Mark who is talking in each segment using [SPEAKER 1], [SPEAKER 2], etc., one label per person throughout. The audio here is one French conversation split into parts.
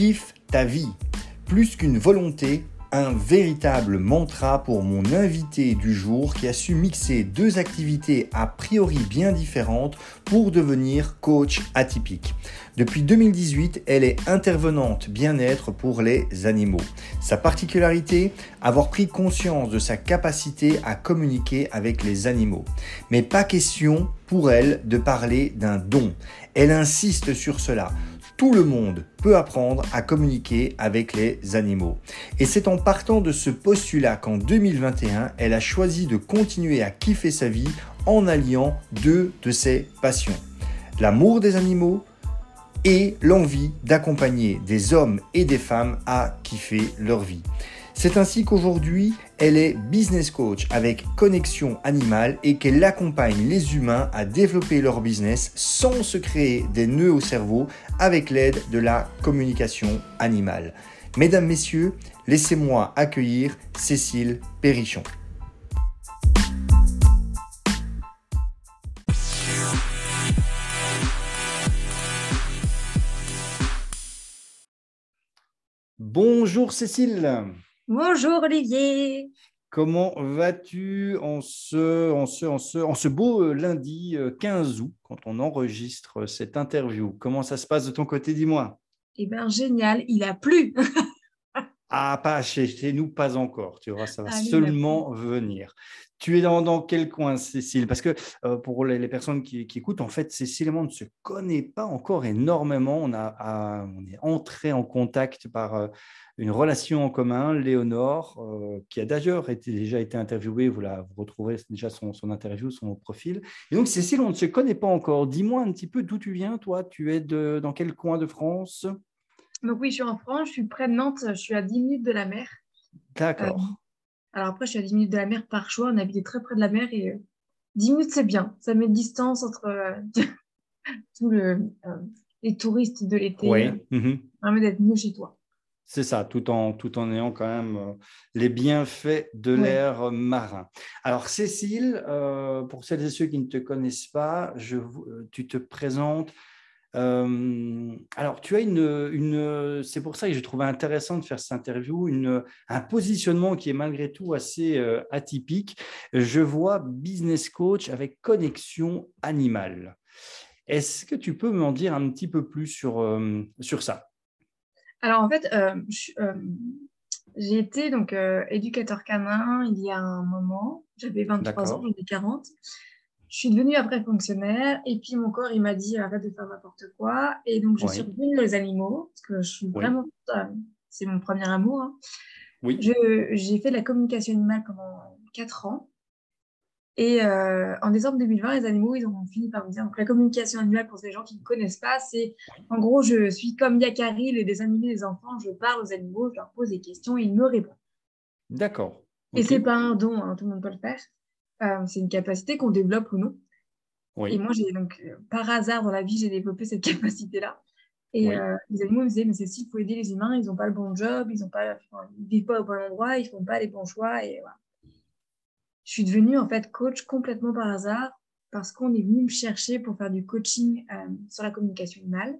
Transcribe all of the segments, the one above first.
[SPEAKER 1] Kiffe ta vie. Plus qu'une volonté, un véritable mantra pour mon invité du jour qui a su mixer deux activités a priori bien différentes pour devenir coach atypique. Depuis 2018, elle est intervenante bien-être pour les animaux. Sa particularité, avoir pris conscience de sa capacité à communiquer avec les animaux. Mais pas question pour elle de parler d'un don. Elle insiste sur cela. Tout le monde peut apprendre à communiquer avec les animaux. Et c'est en partant de ce postulat qu'en 2021, elle a choisi de continuer à kiffer sa vie en alliant deux de ses passions. L'amour des animaux et l'envie d'accompagner des hommes et des femmes à kiffer leur vie. C'est ainsi qu'aujourd'hui, elle est business coach avec Connexion Animale et qu'elle accompagne les humains à développer leur business sans se créer des nœuds au cerveau avec l'aide de la communication animale. Mesdames, Messieurs, laissez-moi accueillir Cécile Perrichon. Bonjour Cécile.
[SPEAKER 2] Bonjour Olivier.
[SPEAKER 1] Comment vas-tu en ce beau lundi 15 août quand on enregistre cette interview? Comment ça se passe de ton côté, dis-moi?
[SPEAKER 2] Eh bien, génial, il a plu.
[SPEAKER 1] Ah, pas chez nous, pas encore. Tu vois, ça va
[SPEAKER 2] Ah, lui, il a plu.
[SPEAKER 1] seulement venir. Tu es dans quel coin, Cécile? Parce que pour les personnes qui écoutent, en fait, Cécile et moi, on ne se connaît pas encore énormément. On est entré en contact par une relation en commun, Léonore, qui a d'ailleurs déjà été interviewée. Vous retrouverez déjà son interview, son profil. Et donc, Cécile, on ne se connaît pas encore. Dis-moi un petit peu d'où tu viens, toi. Tu es dans quel coin de France?
[SPEAKER 2] Donc oui, je suis en France, je suis près de Nantes, je suis à 10 minutes de la mer. Euh,
[SPEAKER 1] D'accord.
[SPEAKER 2] alors après, je suis à 10 minutes de la mer par choix, on habitait très près de la mer et 10 minutes, c'est bien. Ça met de distance entre tous les touristes de l'été.
[SPEAKER 1] Oui. Mhm.
[SPEAKER 2] Ça permet d'être mieux chez toi.
[SPEAKER 1] C'est ça, tout en ayant quand même les bienfaits de
[SPEAKER 2] Oui.
[SPEAKER 1] l'air marin. Alors, Cécile, pour celles et ceux qui ne te connaissent pas, tu te présentes. Alors, tu as c'est pour ça que j'ai trouvé intéressant de faire cette interview, un positionnement qui est malgré tout assez atypique. Je vois business coach avec connexion animale. Est-ce que tu peux m'en dire un petit peu plus sur ça?
[SPEAKER 2] Alors en fait, j'ai été donc éducateur canin il y a un moment. J'avais 23 ans,
[SPEAKER 1] D'accord.
[SPEAKER 2] j'en ai 40. Je suis devenue après fonctionnaire et puis mon corps, il m'a dit arrête de faire n'importe quoi. Et donc, je suis
[SPEAKER 1] Oui,
[SPEAKER 2] revenue dans les animaux parce que je suis
[SPEAKER 1] oui,
[SPEAKER 2] vraiment, c'est mon premier amour, hein.
[SPEAKER 1] oui.
[SPEAKER 2] J'ai fait de la communication animale pendant 4 ans. Et en décembre 2020, les animaux, ils ont fini par me dire, donc la communication animale, pour ces gens qui ne connaissent pas, c'est en gros, je suis comme Yakari, les dessins animés des enfants, je parle aux animaux, je leur pose des questions et ils me répondent.
[SPEAKER 1] D'accord.
[SPEAKER 2] Et
[SPEAKER 1] OK.
[SPEAKER 2] c'est pas un don, hein, tout le monde peut le faire. C'est une capacité qu'on développe ou non. Et
[SPEAKER 1] Oui,
[SPEAKER 2] moi, j'ai donc, par hasard dans la vie, j'ai développé cette capacité-là. Et
[SPEAKER 1] oui.
[SPEAKER 2] les animaux me disaient, mais c'est si, il faut aider les humains, ils n'ont pas le bon job, ils vivent pas au bon endroit, ils font pas les bons choix. Et voilà. Je suis devenue en fait coach complètement par hasard parce qu'on est venu me chercher pour faire du coaching sur la communication animale.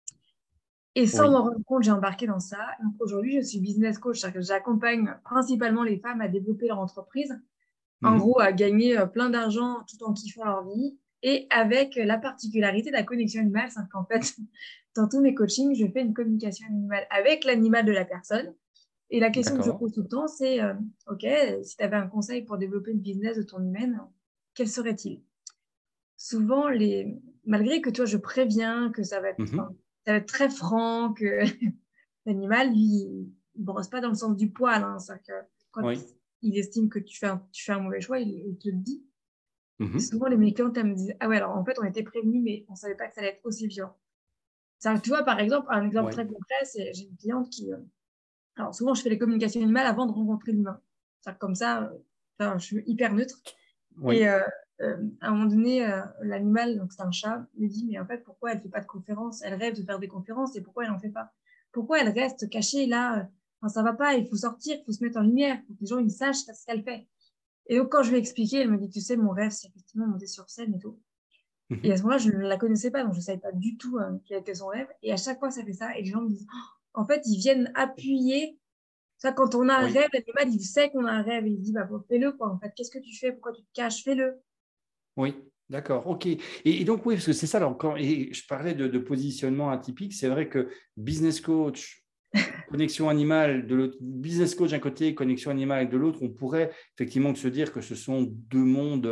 [SPEAKER 2] Et sans m'en
[SPEAKER 1] Oui.
[SPEAKER 2] rendre compte, j'ai embarqué dans ça. Donc aujourd'hui, je suis business coach, c'est-à-dire que j'accompagne principalement les femmes à développer leur entreprise, en
[SPEAKER 1] Mhm.
[SPEAKER 2] gros à gagner plein d'argent tout en kiffant leur vie. Et avec la particularité de la connexion animale, c'est qu'en fait, dans tous mes coachings, je fais une communication animale avec l'animal de la personne. Et la question que je
[SPEAKER 1] D'accord.
[SPEAKER 2] pose tout le temps, c'est OK, si tu avais un conseil pour développer une business de ton humaine, quel serait-il? Souvent, malgré que toi, je préviens que
[SPEAKER 1] Mhm.
[SPEAKER 2] ça va être très franc, que l'animal, lui, il ne brosse pas dans le sens du poil, hein. C'est-à-dire que quand
[SPEAKER 1] Oui.
[SPEAKER 2] il estime que tu fais un mauvais choix, il te le dit. Et
[SPEAKER 1] Mhm.
[SPEAKER 2] souvent, mes clientes, elles me disent, ah ouais, alors en fait, on était prévenus, mais on ne savait pas que ça allait être aussi violent. Tu vois, par exemple, un exemple
[SPEAKER 1] Oui.
[SPEAKER 2] très concret, c'est j'ai une cliente qui, alors souvent, je fais les communications animales avant de rencontrer l'humain. C'est-à-dire que comme ça, enfin, je suis hyper neutre. Et
[SPEAKER 1] Oui.
[SPEAKER 2] à un moment donné, l'animal, donc c'est un chat, me dit, mais en fait, pourquoi elle ne fait pas de conférences? Elle rêve de faire des conférences et pourquoi elle n'en fait pas? Pourquoi elle reste cachée là? Enfin, ça va pas, il faut sortir, il faut se mettre en lumière, il faut que les gens ils sachent ce qu'elle fait. Et donc, quand je lui ai expliqué, elle me dit, tu sais, mon rêve, c'est effectivement monter sur scène et tout. Et à
[SPEAKER 1] Mhm.
[SPEAKER 2] ce moment-là, je ne la connaissais pas, donc je ne savais pas du tout quel était son rêve. Et à chaque fois, ça fait ça. Et les gens me disent, oh, en fait, ils viennent appuyer. Ça, quand on a un
[SPEAKER 1] Oui,
[SPEAKER 2] rêve, l'animal, il sait qu'on a un rêve et il dit, bah, bon, fais-le, quoi. En fait, qu'est-ce que tu fais? Pourquoi tu te caches? Fais-le.
[SPEAKER 1] oui, d'accord, ok. Et donc, oui, parce que c'est ça, alors, et je parlais de positionnement atypique, c'est vrai que business coach, connexion animale de l'autre, business coach d'un côté, connexion animale de l'autre, on pourrait effectivement se dire que ce sont deux mondes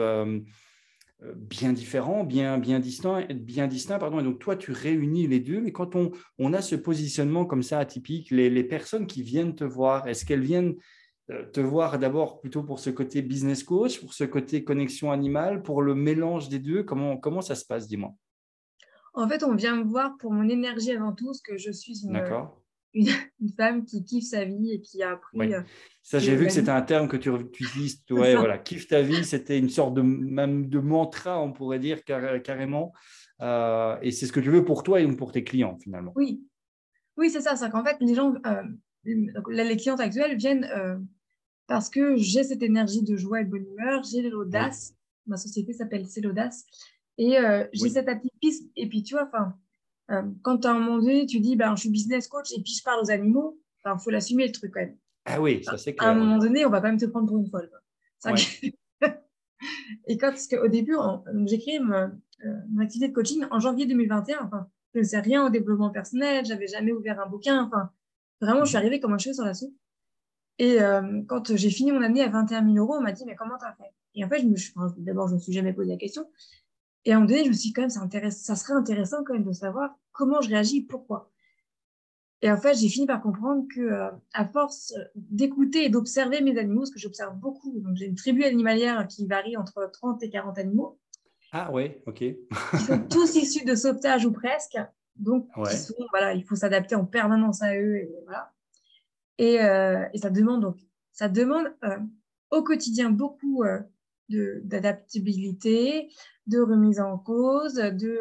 [SPEAKER 1] bien différents, bien distincts, pardon. Et donc, toi, tu réunis les deux, mais quand on a ce positionnement comme ça atypique, les personnes qui viennent te voir, est-ce qu'elles viennent te voir d'abord plutôt pour ce côté business coach, pour ce côté connexion animale, pour le mélange des deux? Comment ça se passe, dis-moi?
[SPEAKER 2] En fait, on vient me voir pour mon énergie avant tout, parce que je suis
[SPEAKER 1] D'accord?
[SPEAKER 2] une, une femme qui kiffe sa vie et qui a
[SPEAKER 1] Oui.
[SPEAKER 2] appris
[SPEAKER 1] Ça,
[SPEAKER 2] que
[SPEAKER 1] j'ai vu que
[SPEAKER 2] la
[SPEAKER 1] c'était
[SPEAKER 2] vie,
[SPEAKER 1] un terme que tu utilises.
[SPEAKER 2] c'est
[SPEAKER 1] Ouais,
[SPEAKER 2] ça.
[SPEAKER 1] voilà. Kiffe ta vie, c'était une sorte de, même de mantra, on pourrait dire carrément. Et c'est ce que tu veux pour toi et donc pour tes clients, finalement.
[SPEAKER 2] Oui, oui, c'est ça. C'est qu'en fait, les gens, donc là, les clientes actuelles viennent parce que j'ai cette énergie de joie et de bonne humeur, j'ai
[SPEAKER 1] Oui,
[SPEAKER 2] l'audace. Ma société s'appelle C'est l'audace. Et j'ai
[SPEAKER 1] oui.
[SPEAKER 2] cet atypisme. Et puis, tu vois, enfin, quand à un moment donné, tu dis, ben, je suis business coach et puis je parle aux animaux, il faut l'assumer le truc quand même.
[SPEAKER 1] Ah oui, ça c'est
[SPEAKER 2] À un
[SPEAKER 1] clair, oui.
[SPEAKER 2] moment donné, on va quand même te prendre pour une folle, quoi. C'est vrai
[SPEAKER 1] Ouais.
[SPEAKER 2] que- Et quand, parce qu'au début, j'ai créé mon activité de coaching en janvier 2021. Enfin, je ne sais rien au développement personnel, j'avais jamais ouvert un bouquin. Enfin, vraiment, je suis
[SPEAKER 1] Mhm.
[SPEAKER 2] arrivée comme un cheveu sur la soupe. Et quand j'ai fini mon année à 21 000 euros, on m'a dit, mais comment t'as fait? Et en fait, d'abord, je me suis jamais posé la question. Et à un moment donné, je me suis dit, quand même, ça serait intéressant quand même de savoir comment je réagis, pourquoi. Et en fait, j'ai fini par comprendre que, à force d'écouter et d'observer mes animaux, parce que j'observe beaucoup, donc j'ai une tribu animalière qui varie entre 30 et 40 animaux,
[SPEAKER 1] Ah ouais, ok.
[SPEAKER 2] qui sont tous issus de sauvetage ou presque, donc qui
[SPEAKER 1] Ouais.
[SPEAKER 2] sont, voilà, il faut s'adapter en permanence à eux, et voilà. Et ça demande au quotidien beaucoup d'adaptabilité, de remise en cause,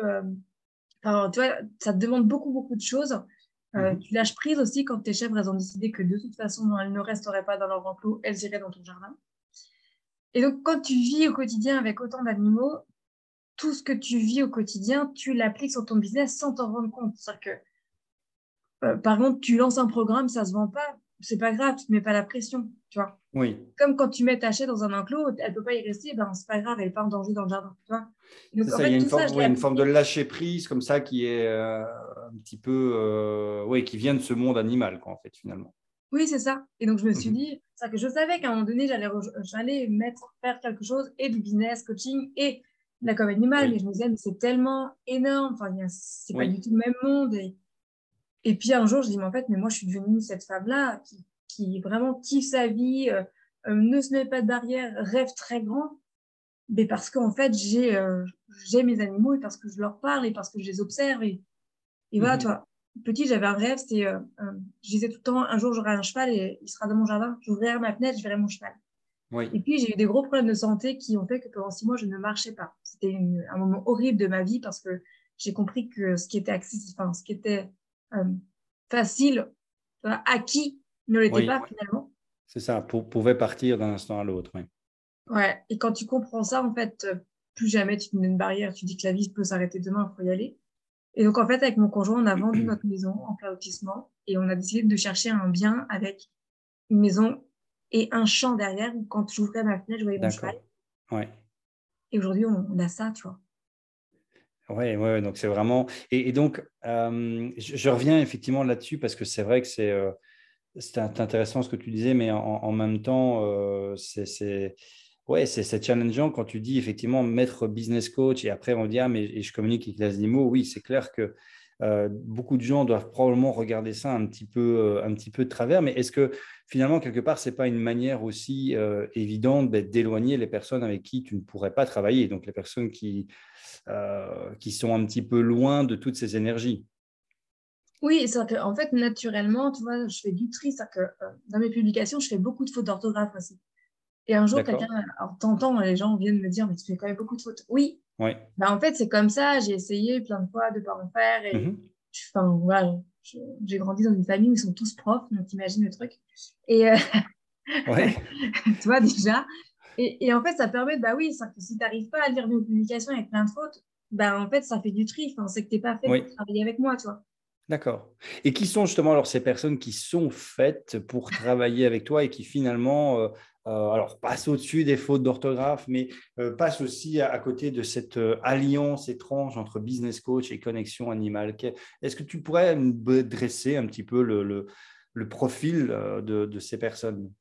[SPEAKER 2] enfin, tu vois, ça te demande beaucoup, beaucoup de choses.
[SPEAKER 1] Mhm.
[SPEAKER 2] Tu lâches prise aussi quand tes chèvres, elles ont décidé que de toute façon, elles ne resteraient pas dans leur enclos, elles iraient dans ton jardin. Et donc, quand tu vis au quotidien avec autant d'animaux, tout ce que tu vis au quotidien, tu l'appliques sur ton business sans t'en rendre compte. C'est-à-dire que par contre, tu lances un programme, ça se vend pas, c'est pas grave, tu te mets pas la pression, tu vois.
[SPEAKER 1] Oui.
[SPEAKER 2] Comme quand tu mets ta chaise dans un enclos, elle peut pas y rester, ben c'est pas grave, elle est pas en danger dans le jardin, tu vois.
[SPEAKER 1] C'est
[SPEAKER 2] Donc en
[SPEAKER 1] ça, il y
[SPEAKER 2] fait,
[SPEAKER 1] a une
[SPEAKER 2] tout ça,
[SPEAKER 1] forme,
[SPEAKER 2] je l'ai
[SPEAKER 1] oui, une forme de
[SPEAKER 2] appliqué.
[SPEAKER 1] lâcher prise comme ça qui est un petit peu, oui, qui vient de ce monde animal, quoi, en fait, finalement.
[SPEAKER 2] Oui, c'est ça. Et donc je me suis
[SPEAKER 1] Mhm.
[SPEAKER 2] dit, ça que je savais qu'à un moment donné, j'allais faire quelque chose et du business, coaching et de la com animale, mais
[SPEAKER 1] Oui,
[SPEAKER 2] je me disais, mais c'est tellement énorme, enfin, c'est pas du
[SPEAKER 1] oui.
[SPEAKER 2] tout le même monde. Et puis un jour, je dis, mais en fait, mais moi, je suis devenue cette femme-là qui vraiment kiffe sa vie, ne se met pas de barrière, rêve très grand, mais parce qu'en fait, j'ai mes animaux et parce que je leur parle et parce que je les observe. Et voilà, tu
[SPEAKER 1] Mhm.
[SPEAKER 2] vois, petit, j'avais un rêve, je disais tout le temps, un jour, j'aurai un cheval et il sera dans mon jardin, j'ouvrirai ma fenêtre, je verrai mon cheval.
[SPEAKER 1] Oui.
[SPEAKER 2] Et puis, j'ai eu des gros problèmes de santé qui ont fait que pendant 6 mois, je ne marchais pas. C'était un moment horrible de ma vie parce que j'ai compris que ce qui était accessible, enfin, ce qui était euh, facile, acquis, ne l'était
[SPEAKER 1] Oui,
[SPEAKER 2] pas finalement.
[SPEAKER 1] c'est ça, pouvait partir d'un instant à l'autre. Oui.
[SPEAKER 2] Ouais. Et quand tu comprends ça, en fait, plus jamais tu te mets une barrière, tu dis que la vie peut s'arrêter demain, il faut y aller. Et donc, en fait, avec mon conjoint, on a vendu notre maison en plein lotissement et on a décidé de chercher un bien avec une maison et un champ derrière où quand j'ouvrais ma fenêtre, je voyais mon cheval.
[SPEAKER 1] D'accord. Ouais.
[SPEAKER 2] Et aujourd'hui, on a ça, tu vois.
[SPEAKER 1] Ouais, ouais, donc c'est vraiment. Et donc, je reviens effectivement là-dessus parce que c'est vrai que c'est intéressant ce que tu disais, mais en même temps, ouais, c'est challengeant quand tu dis effectivement mettre business coach et après on dit, ah, mais et je communique avec les animaux. Oui, c'est clair que beaucoup de gens doivent probablement regarder ça un petit peu de travers, mais est-ce que finalement, quelque part, c'est pas une manière aussi évidente d'éloigner les personnes avec qui tu ne pourrais pas travailler, donc les personnes qui sont un petit peu loin de toutes ces énergies?
[SPEAKER 2] Oui, c'est qu'en fait, naturellement, tu vois, je fais du tri. C'est que dans mes publications, je fais beaucoup de fautes d'orthographe aussi. Et un jour,
[SPEAKER 1] D'accord?
[SPEAKER 2] alors t'entends, les gens viennent me dire, mais tu fais quand même beaucoup de fautes. Oui,
[SPEAKER 1] Oui.
[SPEAKER 2] bah, en fait, c'est comme ça. J'ai essayé plein de fois de ne pas en faire. Et
[SPEAKER 1] Mhm.
[SPEAKER 2] enfin, voilà, j'ai grandi dans une famille où ils sont tous profs, donc imagine le truc. Et
[SPEAKER 1] Ouais.
[SPEAKER 2] tu vois, déjà. Et en fait, ça permet, bah oui, c'est que si tu n'arrives pas à lire mes publications avec plein de fautes, bah en fait, ça fait du tri. Enfin, c'est que tu n'es pas fait pour
[SPEAKER 1] Oui.
[SPEAKER 2] travailler avec moi, tu vois.
[SPEAKER 1] D'accord. Et qui sont justement alors ces personnes qui sont faites pour travailler avec toi et qui finalement, alors passent au-dessus des fautes d'orthographe, mais passent aussi à côté de cette alliance étrange entre business coach et connexion animale. Est-ce que tu pourrais me dresser un petit peu le profil de ces personnes?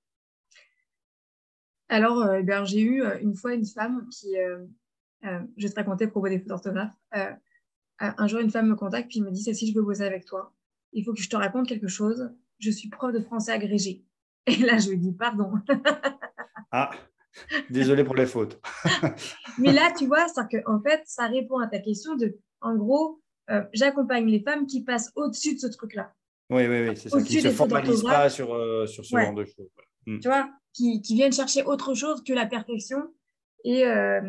[SPEAKER 2] Alors, eh bien, j'ai eu une fois une femme qui, je vais te raconter à propos des fautes d'orthographe. Un jour, une femme me contacte puis me dit, si je veux bosser avec toi, il faut que je te raconte quelque chose. Je suis prof de français agrégé. Et là, je lui dis, pardon.
[SPEAKER 1] Ah, désolé pour les fautes.
[SPEAKER 2] Mais là, tu vois, c'est qu'en fait, ça répond à ta question de, en gros, j'accompagne les femmes qui passent au-dessus de ce truc-là,
[SPEAKER 1] Oui, oui, oui, c'est ça, qui ne
[SPEAKER 2] au-dessus
[SPEAKER 1] se
[SPEAKER 2] des fautes
[SPEAKER 1] formalisent
[SPEAKER 2] d'orthographe,
[SPEAKER 1] pas sur ce
[SPEAKER 2] ouais,
[SPEAKER 1] genre de choses. Ouais.
[SPEAKER 2] tu vois, qui viennent chercher autre chose que la perfection. Et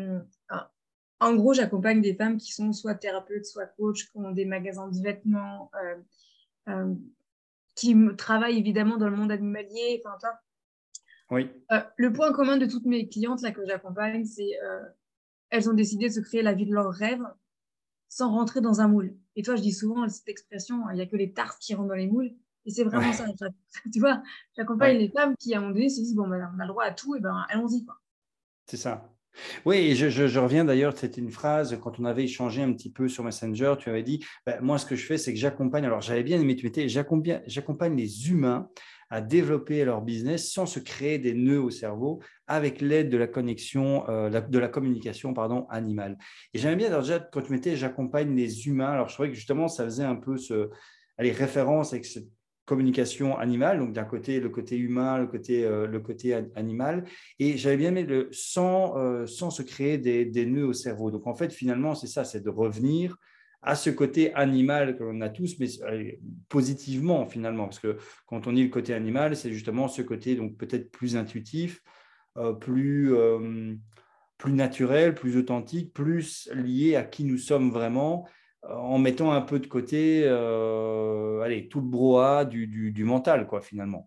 [SPEAKER 2] en gros, j'accompagne des femmes qui sont soit thérapeutes, soit coachs, qui ont des magasins de vêtements, euh, travaillent évidemment dans le monde animalier. Enfin, toi,
[SPEAKER 1] Oui,
[SPEAKER 2] le point commun de toutes mes clientes là que j'accompagne, c'est elles ont décidé de se créer la vie de leurs rêves sans rentrer dans un moule. Et toi, je dis souvent cette expression, il n'y a que les tartes qui rentrent dans les moules. Et c'est vraiment ça.
[SPEAKER 1] ouais,
[SPEAKER 2] Tu vois, j'accompagne
[SPEAKER 1] ouais.
[SPEAKER 2] les femmes qui, à un moment donné, se disent, bon, ben, on a le droit à tout, et ben, allons-y, quoi.
[SPEAKER 1] C'est ça. Oui, et je reviens d'ailleurs, c'était une phrase, quand on avait échangé un petit peu sur Messenger, tu avais dit, ben, moi, ce que je fais, c'est que j'accompagne, alors j'avais bien aimé, tu mettais, j'accompagne les humains à développer leur business sans se créer des nœuds au cerveau avec l'aide de la connexion, de la communication, pardon, animale. Et j'aimais bien, alors déjà, quand tu mettais, j'accompagne les humains, alors je trouvais que justement, ça faisait un peu allez, référence avec cette communication animale, donc d'un côté, le côté humain, le côté animal. Et j'avais bien aimé sans se créer des nœuds au cerveau. Donc, en fait, finalement, c'est ça, c'est de revenir à ce côté animal que l'on a tous, mais positivement, finalement. Parce que quand on dit le côté animal, c'est justement ce côté donc peut-être plus intuitif, euh, plus, euh, plus naturel, plus authentique, plus lié à qui nous sommes vraiment, en mettant un peu de côté allez, tout le brouhaha du mental, quoi, finalement.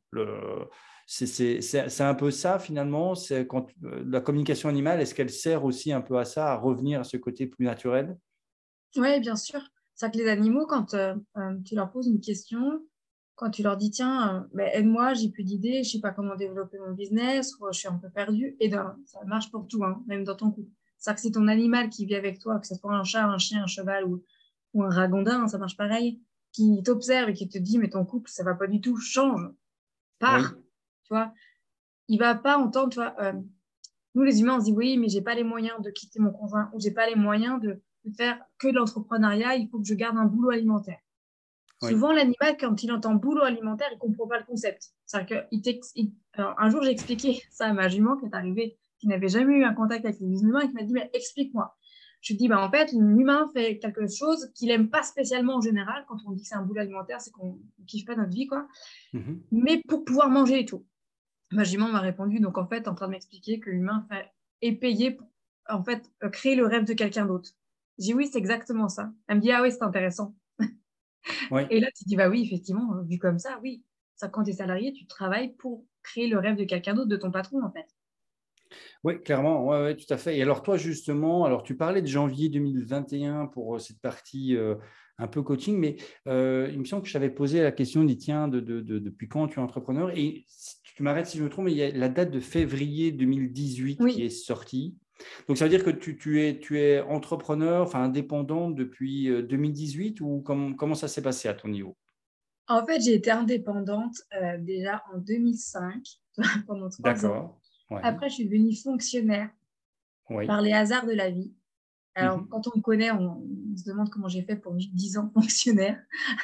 [SPEAKER 1] C'est un peu ça, finalement. C'est quand, la communication animale, est-ce qu'elle sert aussi un peu à ça, à revenir à ce côté plus naturel?
[SPEAKER 2] Oui, bien sûr. C'est que les animaux, quand tu leur poses une question, quand tu leur dis, tiens, ben, aide-moi, j'ai plus d'idées, je sais pas comment développer mon business, ou je suis un peu perdue, et ben, ça marche pour tout, hein, même dans ton couple. C'est que c'est ton animal qui vit avec toi, que ce soit un chat, un chien, un cheval ou un ragondin, hein, ça marche pareil, qui t'observe et qui te dit, mais ton couple, ça va pas du tout, change, pars,
[SPEAKER 1] Oui,
[SPEAKER 2] tu vois. Il va pas entendre, tu vois. Nous, les humains, on se dit oui, mais j'ai pas les moyens de quitter mon conjoint ou j'ai pas les moyens de faire que de l'entrepreneuriat, il faut que je garde un boulot alimentaire.
[SPEAKER 1] oui,
[SPEAKER 2] Souvent, l'animal, quand il entend boulot alimentaire, il comprend pas le concept. C'est-à-dire Alors, un jour, j'ai expliqué ça à ma jument qui est arrivée, qui n'avait jamais eu un contact avec les humains et qui m'a dit, mais explique-moi. Je lui dis, bah, en fait, l'humain fait quelque chose qu'il aime pas spécialement en général. Quand on dit que c'est un boulot alimentaire, c'est qu'on ne kiffe pas notre vie, quoi.
[SPEAKER 1] mhm,
[SPEAKER 2] Mais pour pouvoir manger et tout. Ma jument m'a répondu, donc en fait, en train de m'expliquer que est payé pour en fait créer le rêve de quelqu'un d'autre. J'ai dit oui, c'est exactement ça. Elle me dit ah oui, c'est intéressant.
[SPEAKER 1] oui.
[SPEAKER 2] Et là, tu dis bah oui, effectivement, vu comme ça, oui. Ça, quand tu es salarié, tu travailles pour créer le rêve de quelqu'un d'autre, de ton patron en fait.
[SPEAKER 1] Oui, clairement, ouais, ouais, tout à fait. Et alors toi, justement, alors tu parlais de janvier 2021 pour cette partie un peu coaching, mais il me semble que je t'avais posé la question, dit tiens, depuis quand tu es entrepreneur? Et tu m'arrêtes si je me trompe, mais il y a la date de février 2018 qui
[SPEAKER 2] Oui,
[SPEAKER 1] est sortie. Donc ça veut dire que tu es entrepreneur, enfin indépendant depuis 2018 ou comment ça s'est passé à ton niveau?
[SPEAKER 2] en fait, j'ai été indépendante déjà en 2005 pendant 3 ans.
[SPEAKER 1] D'accord, oui,
[SPEAKER 2] Après, je suis devenue fonctionnaire
[SPEAKER 1] oui.
[SPEAKER 2] par les hasards de la vie. Alors,
[SPEAKER 1] Mhm.
[SPEAKER 2] quand on me connaît, on se demande comment j'ai fait pour vivre 10 ans fonctionnaire.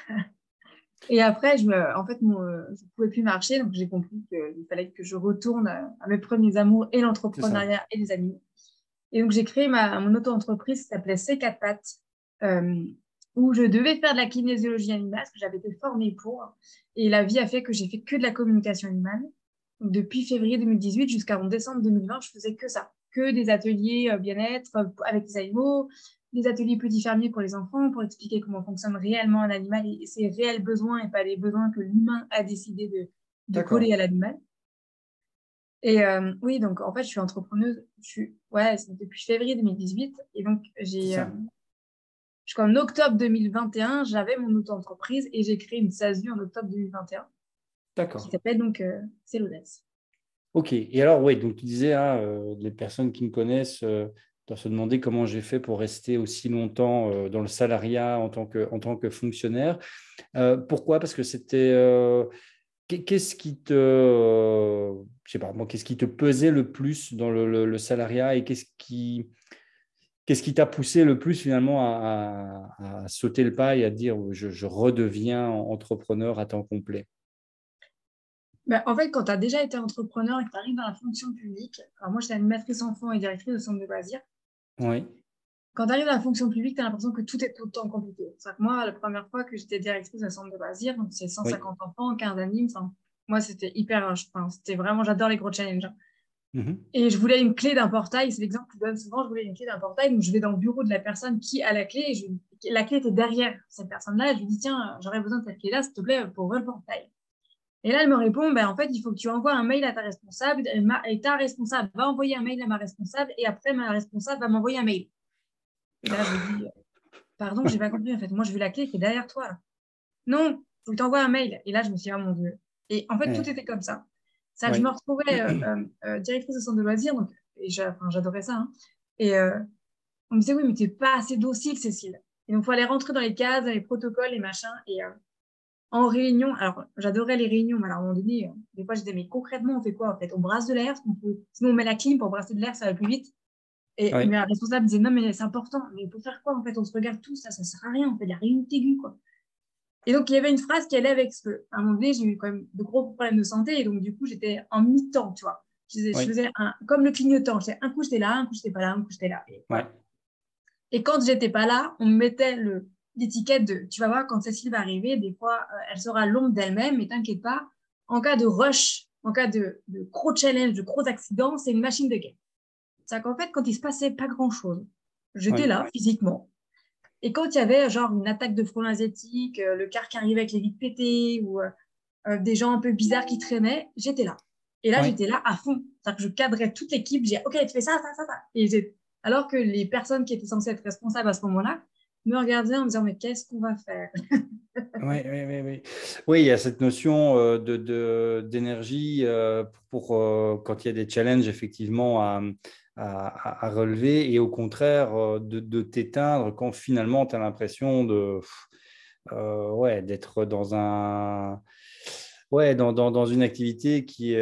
[SPEAKER 2] Et après, en fait, je ne pouvais plus marcher, donc j'ai compris qu'il fallait que je retourne à mes premiers amours et
[SPEAKER 1] C'est ça.
[SPEAKER 2] l'entrepreneuriat et les animaux. Et donc, j'ai créé mon auto-entreprise qui s'appelait C4 Pattes, euh, où je devais faire de la kinésiologie animale, parce que j'avais été formée pour. Et la vie a fait que j'ai fait que de la communication animale. Donc, depuis février 2018 jusqu'en décembre 2020, je faisais que ça, que des ateliers bien-être avec les animaux, des ateliers petits fermiers pour les enfants, pour expliquer comment fonctionne réellement un animal et ses réels besoins et pas les besoins que l'humain a décidé de coller
[SPEAKER 1] D'accord,
[SPEAKER 2] à l'animal. Et oui, donc en fait, je suis entrepreneuse. Ouais, c'est depuis février 2018. Et donc,
[SPEAKER 1] c'est ça.
[SPEAKER 2] jusqu'en octobre 2021, j'avais mon auto-entreprise et j'ai créé une SASU en octobre 2021 qui
[SPEAKER 1] D'accord.
[SPEAKER 2] s'appelle donc C'est l'audace.
[SPEAKER 1] Ok. Et alors, oui, donc tu disais, les personnes qui me connaissent doivent se demander comment j'ai fait pour rester aussi longtemps dans le salariat en tant que fonctionnaire. Pourquoi? Parce que c'était. Qu'est-ce qui te, je sais pas, moi, qu'est-ce qui te pesait le plus dans le salariat et qu'est-ce qui t'a poussé le plus finalement à sauter le pas et à dire je redeviens entrepreneur à temps complet?
[SPEAKER 2] Bah, en fait, quand tu as déjà été entrepreneur et que tu arrives dans la fonction publique, alors moi j'étais animatrice enfant et directrice de centre de loisirs.
[SPEAKER 1] Oui,
[SPEAKER 2] Quand tu arrives dans la fonction publique, tu as l'impression que tout est tout le temps compliqué. C'est-à-dire que moi, la première fois que j'étais directrice de centre de loisirs, donc c'est
[SPEAKER 1] oui.
[SPEAKER 2] 150 enfants, 15 animes, enfin, moi c'était hyper, enfin, c'était vraiment, j'adore les gros challenges, hein.
[SPEAKER 1] Mhm.
[SPEAKER 2] Et je voulais une clé d'un portail, c'est l'exemple que je donne souvent, je voulais une clé d'un portail, donc je vais dans le bureau de la personne qui a la clé, et la clé était derrière cette personne-là, et je lui dis, tiens, j'aurais besoin de cette clé-là, s'il te plaît, pour ouvrir le portail. Et là, elle me répond, ben, en fait, il faut que tu envoies un mail à ta responsable, et ta responsable va envoyer un mail à ma responsable, et après, ma responsable va m'envoyer un mail. Et là, je lui dis, pardon, j'ai pas compris, en fait, moi, je veux la clé qui est derrière toi, là. Non, il faut que tu envoies un mail. Et là, je me suis dit, oh mon Dieu. Et en fait, tout
[SPEAKER 1] Ouais.
[SPEAKER 2] était comme ça. C'est que je me
[SPEAKER 1] Ouais.
[SPEAKER 2] retrouvais directrice de centre de loisirs, donc, et enfin, j'adorais ça, hein. Et on me disait, oui, mais tu n'es pas assez docile, Cécile. Et donc, il fallait rentrer dans les cases, dans les protocoles, les machins. Et en réunion, alors, j'adorais les réunions, mais alors, à un moment donné, des fois, je disais, mais concrètement, on fait quoi, en fait? On brasse de l'air, sinon on met la clim pour brasser de l'air, ça va plus vite. Et
[SPEAKER 1] Ouais.
[SPEAKER 2] mais la responsable disait, non, mais c'est important. Mais pour faire quoi, en fait? On se regarde tous, ça sert à rien, on fait de la réunion aiguë, quoi. Et donc, il y avait une phrase qui allait avec ce que, à un moment donné, j'ai eu quand même de gros problèmes de santé. Et donc, du coup, j'étais en mi-temps, tu vois. Je
[SPEAKER 1] Ouais.
[SPEAKER 2] faisais comme le clignotant. Un coup, j'étais là, un coup, j'étais pas là, un coup, j'étais là. Et,
[SPEAKER 1] Ouais.
[SPEAKER 2] voilà. Et quand j'étais pas là, on me mettait l'étiquette de, tu vas voir, quand Cécile va arriver, des fois, elle sera l'ombre d'elle-même, mais t'inquiète pas, en cas de rush, en cas de gros challenge, de gros accident, c'est une machine de guerre. C'est qu'en fait, quand il se passait pas grand-chose, j'étais
[SPEAKER 1] Ouais.
[SPEAKER 2] là, physiquement. Et quand il y avait genre une attaque de frelons asiatiques, le car qui arrivait avec les vitres pétées ou des gens un peu bizarres qui traînaient, j'étais là. Et là,
[SPEAKER 1] Ouais.
[SPEAKER 2] j'étais là à fond. C'est-à-dire que je cadrais toute l'équipe. J'ai OK, tu fais ça, ça, ça, ça. Alors que les personnes qui étaient censées être responsables à ce moment-là me regardaient en me disant, mais qu'est-ce qu'on va faire?
[SPEAKER 1] Oui, oui, oui, oui. Oui, il y a cette notion d'énergie quand il y a des challenges effectivement à relever et au contraire de t'éteindre quand finalement tu as l'impression ouais, d'être dans une activité qui est,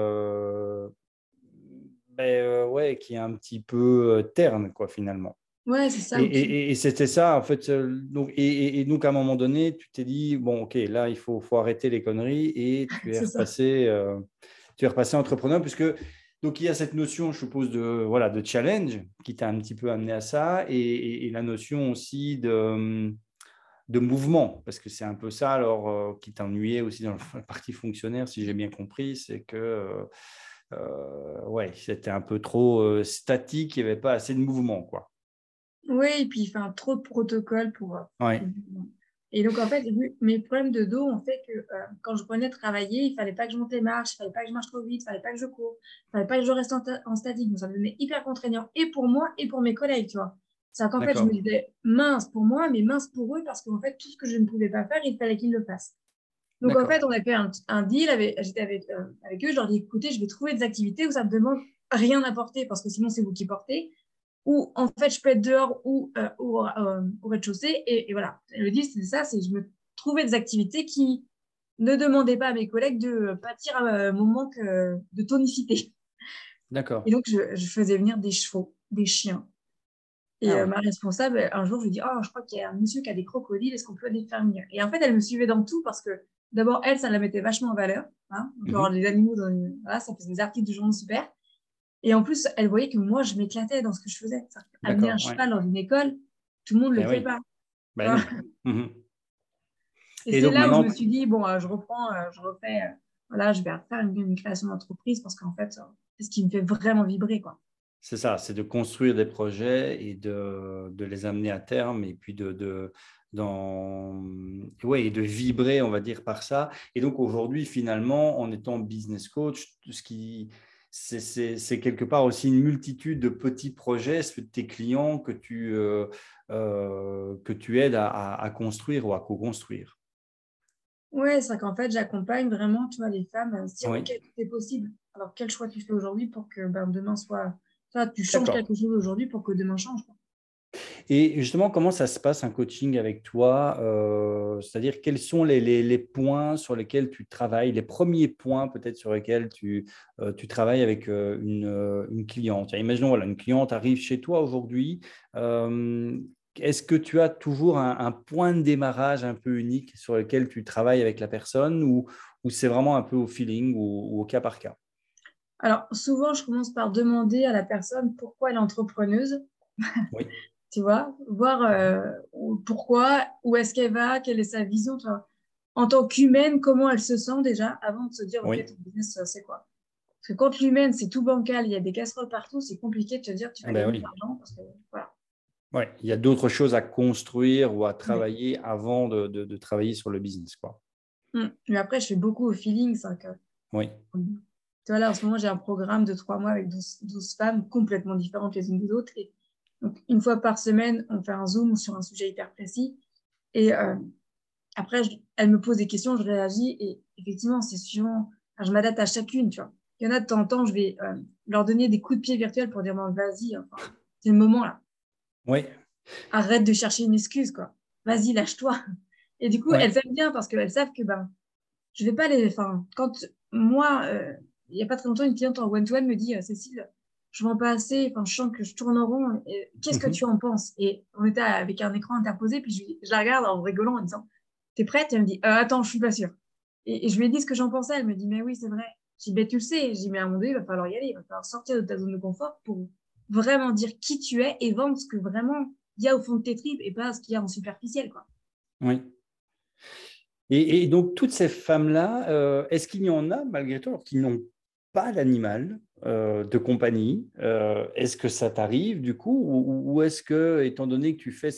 [SPEAKER 1] ouais, qui est un petit peu terne quoi, finalement.
[SPEAKER 2] Ouais, c'est ça.
[SPEAKER 1] Et,
[SPEAKER 2] Ou qui...
[SPEAKER 1] et c'était ça, en fait. Donc, et donc, à un moment donné, tu t'es dit, bon, OK, là, il faut arrêter les conneries et
[SPEAKER 2] C'est ça.
[SPEAKER 1] tu es repassé entrepreneur, puisque donc, il y a cette notion, je suppose, voilà, de challenge qui t'a un petit peu amené à ça et la notion aussi de mouvement, parce que c'est un peu ça, alors, qui t'ennuyait aussi dans la partie fonctionnaire, si j'ai bien compris, c'est que, ouais, c'était un peu trop statique, il n'y avait pas assez de mouvement, quoi.
[SPEAKER 2] Oui, et puis enfin, trop de protocoles pour.
[SPEAKER 1] Ouais.
[SPEAKER 2] Et donc, en fait, mes problèmes de dos ont fait que quand je prenais travailler, il fallait pas que je monte les marches, il fallait pas que je marche trop vite, il fallait pas que je cours, il fallait pas que je reste en statique. Donc, ça devenait hyper contraignant et pour moi et pour mes collègues, tu vois. C'est qu'en fait, je me
[SPEAKER 1] D'accord.
[SPEAKER 2] disais mince pour moi, mais mince pour eux parce qu'en fait, tout ce que je ne pouvais pas faire, il fallait qu'ils le fassent. Donc, en
[SPEAKER 1] D'accord.
[SPEAKER 2] fait, on a fait un deal, j'étais avec eux, je leur dis écoutez, je vais trouver des activités où ça ne me demande rien à porter parce que sinon, c'est vous qui portez où en fait je peux être dehors ou au rez-de-chaussée. Et voilà, le deal, c'est ça, c'est je me trouvais des activités qui ne demandaient pas à mes collègues de pâtir à mon manque de tonicité.
[SPEAKER 1] D'accord.
[SPEAKER 2] Et donc, je faisais venir des chevaux, des chiens. Et
[SPEAKER 1] Ah ouais.
[SPEAKER 2] ma responsable, un jour, je lui dis, oh, je crois qu'il y a un monsieur qui a des crocodiles, est-ce qu'on peut les faire venir? Et en fait, elle me suivait dans tout parce que d'abord, elle, ça la mettait vachement en valeur, hein, genre
[SPEAKER 1] Mhm.
[SPEAKER 2] les animaux, voilà, ça faisait des articles de journaux super. Et en plus, elle voyait que moi, je m'éclatais dans ce que je faisais. Amener un
[SPEAKER 1] D'accord. Ouais.
[SPEAKER 2] cheval dans une école, tout le monde ne
[SPEAKER 1] Eh
[SPEAKER 2] le fait
[SPEAKER 1] oui.
[SPEAKER 2] pas. Tu
[SPEAKER 1] Ben
[SPEAKER 2] vois.
[SPEAKER 1] non. Mhm.
[SPEAKER 2] Et
[SPEAKER 1] Et
[SPEAKER 2] c'est
[SPEAKER 1] donc
[SPEAKER 2] là où je
[SPEAKER 1] maintenant,
[SPEAKER 2] me suis dit, bon, je reprends, je refais, voilà, je vais refaire une création d'entreprise parce qu'en fait, c'est ce qui me fait vraiment vibrer, quoi.
[SPEAKER 1] c'est ça, c'est de construire des projets et de les amener à terme et puis ouais, et de vibrer, on va dire, par ça. Et donc aujourd'hui, finalement, en étant business coach, c'est quelque part aussi une multitude de petits projets de tes clients que tu aides à construire ou à co-construire.
[SPEAKER 2] Ouais, c'est vrai qu'en fait, j'accompagne vraiment, tu vois, les femmes à se dire, OK,
[SPEAKER 1] Oui,
[SPEAKER 2] tout est possible. Alors, quel choix tu fais aujourd'hui pour que ben, demain soit… Tu vois, tu changes
[SPEAKER 1] d'accord.
[SPEAKER 2] quelque chose aujourd'hui pour que demain change, quoi.
[SPEAKER 1] Et justement, comment ça se passe un coaching avec toi? C'est-à-dire, quels sont les points sur lesquels tu travailles, les premiers points peut-être sur lesquels tu travailles avec une cliente? Imaginons, voilà, une cliente arrive chez toi aujourd'hui. Euh, Est-ce que tu as toujours un point de démarrage un peu unique sur lequel tu travailles avec la personne ou c'est vraiment un peu au feeling ou au cas par cas?
[SPEAKER 2] Alors, souvent, je commence par demander à la personne pourquoi elle est entrepreneuse,
[SPEAKER 1] Oui.
[SPEAKER 2] tu vois, voir pourquoi, où est-ce qu'elle va, quelle est sa vision, tu vois. En tant qu'humaine, comment elle se sent déjà avant de se dire, OK,
[SPEAKER 1] Oui.
[SPEAKER 2] ton business, c'est quoi? Parce que quand l'humaine, c'est tout bancal, il y a des casseroles partout, c'est compliqué de te dire que tu vas
[SPEAKER 1] Ben
[SPEAKER 2] gagner de
[SPEAKER 1] oui.
[SPEAKER 2] l'argent parce que, voilà.
[SPEAKER 1] Ouais, il y a d'autres choses à construire ou à
[SPEAKER 2] Ouais.
[SPEAKER 1] travailler avant de travailler sur le business, quoi.
[SPEAKER 2] Mais après, je fais beaucoup au feeling, c'est vrai que…
[SPEAKER 1] Oui.
[SPEAKER 2] Tu vois, là, en ce moment, j'ai un programme de 3 mois avec 12 femmes complètement différentes les unes des autres. Et donc, une fois par semaine, on fait un Zoom sur un sujet hyper précis. Et après, elle me pose des questions, je réagis. Et effectivement, c'est suivant. Enfin, je m'adapte à chacune, tu vois. Il y en a de temps en temps, je vais leur donner des coups de pied virtuels pour dire, bon, vas-y, enfin, c'est le moment là.
[SPEAKER 1] Oui,
[SPEAKER 2] Arrête de chercher une excuse, quoi. Vas-y, lâche-toi. Et du coup,
[SPEAKER 1] oui,
[SPEAKER 2] elles aiment bien parce qu'elles savent que ben, je vais pas les… Enfin, quand moi, il n'y a pas très longtemps, une cliente en one-to-one me dit, Cécile, je vends pas assez, enfin, je sens que je tourne en rond. Qu'est-ce que
[SPEAKER 1] mhm,
[SPEAKER 2] tu en penses? Et on était avec un écran interposé, puis je la regarde en rigolant en disant, t'es prête? Elle me dit, attends, je suis pas sûre. Et je lui ai dit ce que j'en pensais. Elle me dit, mais oui, c'est vrai. Je dis, ben, tu le sais. Je dis, mais à un moment donné, il va falloir y aller. Il va falloir sortir de ta zone de confort pour vraiment dire qui tu es et vendre ce que vraiment il y a au fond de tes tripes et pas ce qu'il y a en superficiel, quoi.
[SPEAKER 1] oui. Et donc, toutes ces femmes-là, est-ce qu'il y en a, malgré tout, alors qui n'ont pas d'animal de compagnie? Est-ce que ça t'arrive, du coup, ou est-ce que, étant donné que tu fais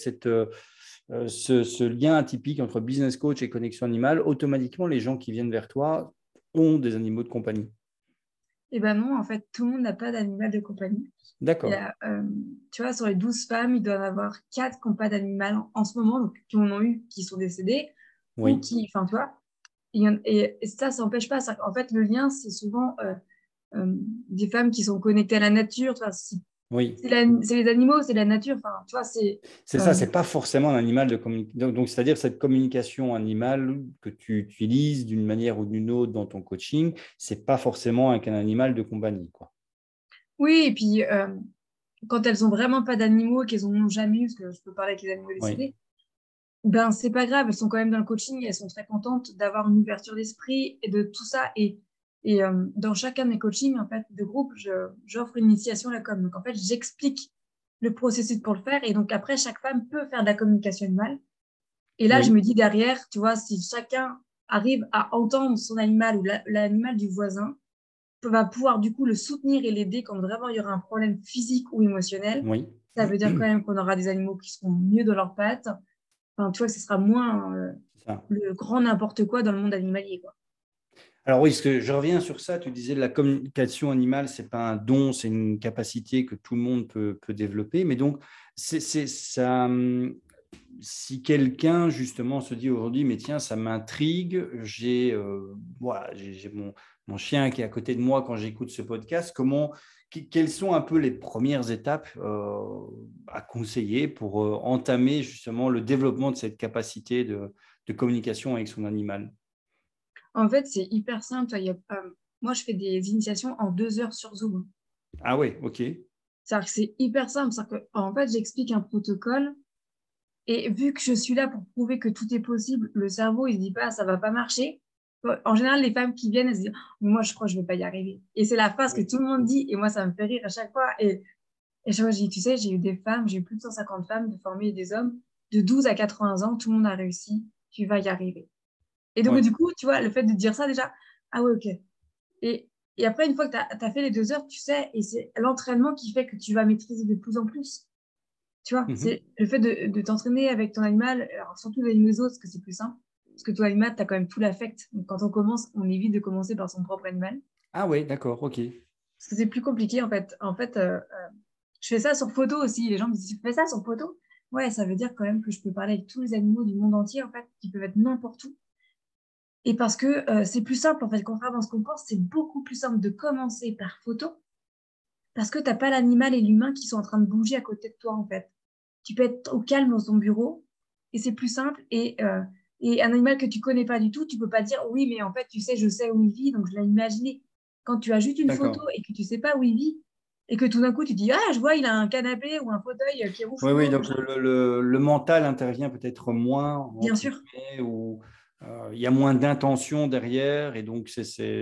[SPEAKER 1] ce lien atypique entre business coach et connexion animale, automatiquement, les gens qui viennent vers toi ont des animaux de compagnie?
[SPEAKER 2] Et ben non, en fait, tout le monde n'a pas d'animal de compagnie. Il y
[SPEAKER 1] D'accord.
[SPEAKER 2] a, tu vois, sur les 12 femmes, il doit y en avoir 4 qui n'ont pas d'animal en ce moment, donc qui en ont eu, qui sont décédés, ou
[SPEAKER 1] Oui,
[SPEAKER 2] qui, enfin, tu vois, et ça n'empêche pas. En fait, le lien, c'est souvent des femmes qui sont connectées à la nature. Tu vois,
[SPEAKER 1] oui.
[SPEAKER 2] c'est les animaux, c'est la nature. Enfin, tu vois, c'est…
[SPEAKER 1] C'est ça,
[SPEAKER 2] euh,
[SPEAKER 1] c'est pas forcément un animal de communication. Donc, c'est-à-dire cette communication animale que tu utilises d'une manière ou d'une autre dans ton coaching, c'est pas forcément avec un animal de compagnie, quoi.
[SPEAKER 2] oui, et puis quand elles ont vraiment pas d'animaux, qu'elles en ont jamais eu, parce que je peux parler avec les animaux
[SPEAKER 1] Oui,
[SPEAKER 2] décédés, ben, c'est pas grave, elles sont quand même dans le coaching et elles sont très contentes d'avoir une ouverture d'esprit et de tout ça. Et dans chacun de mes coachings, en fait, de groupe, j'offre une initiation à la com. Donc, en fait, j'explique le processus pour le faire. Et donc, après, chaque femme peut faire de la communication animale. Et là, je
[SPEAKER 1] oui,
[SPEAKER 2] me dis derrière, tu vois, si chacun arrive à entendre son animal ou l'animal du voisin, va pouvoir du coup le soutenir et l'aider quand vraiment il y aura un problème physique ou émotionnel.
[SPEAKER 1] oui.
[SPEAKER 2] Ça veut dire quand même qu'on aura des animaux qui seront mieux dans leurs pattes. Enfin, tu vois, ce sera moins
[SPEAKER 1] C'est ça.
[SPEAKER 2] le grand n'importe quoi dans le monde animalier, quoi.
[SPEAKER 1] Alors oui, parce que je reviens sur ça, tu disais la communication animale, c'est pas un don, c'est une capacité que tout le monde peut développer. Mais donc, ça, si quelqu'un justement se dit aujourd'hui, mais tiens, ça m'intrigue, voilà, j'ai mon chien qui est à côté de moi quand j'écoute ce podcast, quelles sont un peu les premières étapes à conseiller pour entamer justement le développement de cette capacité de communication avec son animal?
[SPEAKER 2] En fait, c'est hyper simple. Moi, je fais des initiations en 2 heures sur Zoom.
[SPEAKER 1] Ah ouais, ok.
[SPEAKER 2] C'est-à-dire que c'est hyper simple. C'est-à-dire que, en fait, j'explique un protocole et vu que je suis là pour prouver que tout est possible, le cerveau, il se dit pas, ça va pas marcher. En général, les femmes qui viennent, elles se disent, moi, je crois que je vais pas y arriver. Et c'est la phrase que
[SPEAKER 1] Oui.
[SPEAKER 2] tout le monde dit et moi, ça me fait rire à chaque fois. Et chaque fois, je dis, tu sais, j'ai eu des femmes, j'ai eu plus de 150 femmes de former et des hommes de 12 à 80 ans, tout le monde a réussi, tu vas y arriver. Et donc,
[SPEAKER 1] Oui,
[SPEAKER 2] du coup, tu vois, le fait de dire ça déjà, ah ouais, ok. Et après, une fois que tu as fait les 2 heures, tu sais, et c'est l'entraînement qui fait que tu vas maîtriser de plus en plus. Tu vois,
[SPEAKER 1] mhm.
[SPEAKER 2] c'est le fait de t'entraîner avec ton animal, alors surtout les animaux autres, parce que c'est plus simple. Parce que ton animal, tu as quand même tout l'affect. Donc, quand on commence, on évite de commencer par son propre animal.
[SPEAKER 1] Ah ouais, d'accord, ok.
[SPEAKER 2] Parce que c'est plus compliqué, en fait. En fait, je fais ça sur photo aussi. Les gens me disent, tu fais ça sur photo? Ouais, ça veut dire quand même que je peux parler avec tous les animaux du monde entier, en fait, qui peuvent être n'importe où. Et parce que c'est plus simple, en fait, contrairement à ce qu'on pense, c'est beaucoup plus simple de commencer par photo parce que tu n'as pas l'animal et l'humain qui sont en train de bouger à côté de toi, en fait. Tu peux être au calme dans ton bureau et c'est plus simple. Et un animal que tu connais pas du tout, tu peux pas dire, oui, mais en fait, tu sais, je sais où il vit, donc je l'ai imaginé. Quand tu as juste une photo
[SPEAKER 1] D'accord.
[SPEAKER 2] et que tu sais pas où il vit, et que tout d'un coup, tu dis, ah, je vois, il a un canapé ou un fauteuil qui est rouge
[SPEAKER 1] Oui, oui,
[SPEAKER 2] fluo,
[SPEAKER 1] donc
[SPEAKER 2] machin.
[SPEAKER 1] le mental intervient peut-être moins,
[SPEAKER 2] Bien
[SPEAKER 1] entre
[SPEAKER 2] sûr,
[SPEAKER 1] guillemets, ou il y a moins d'intention derrière, et donc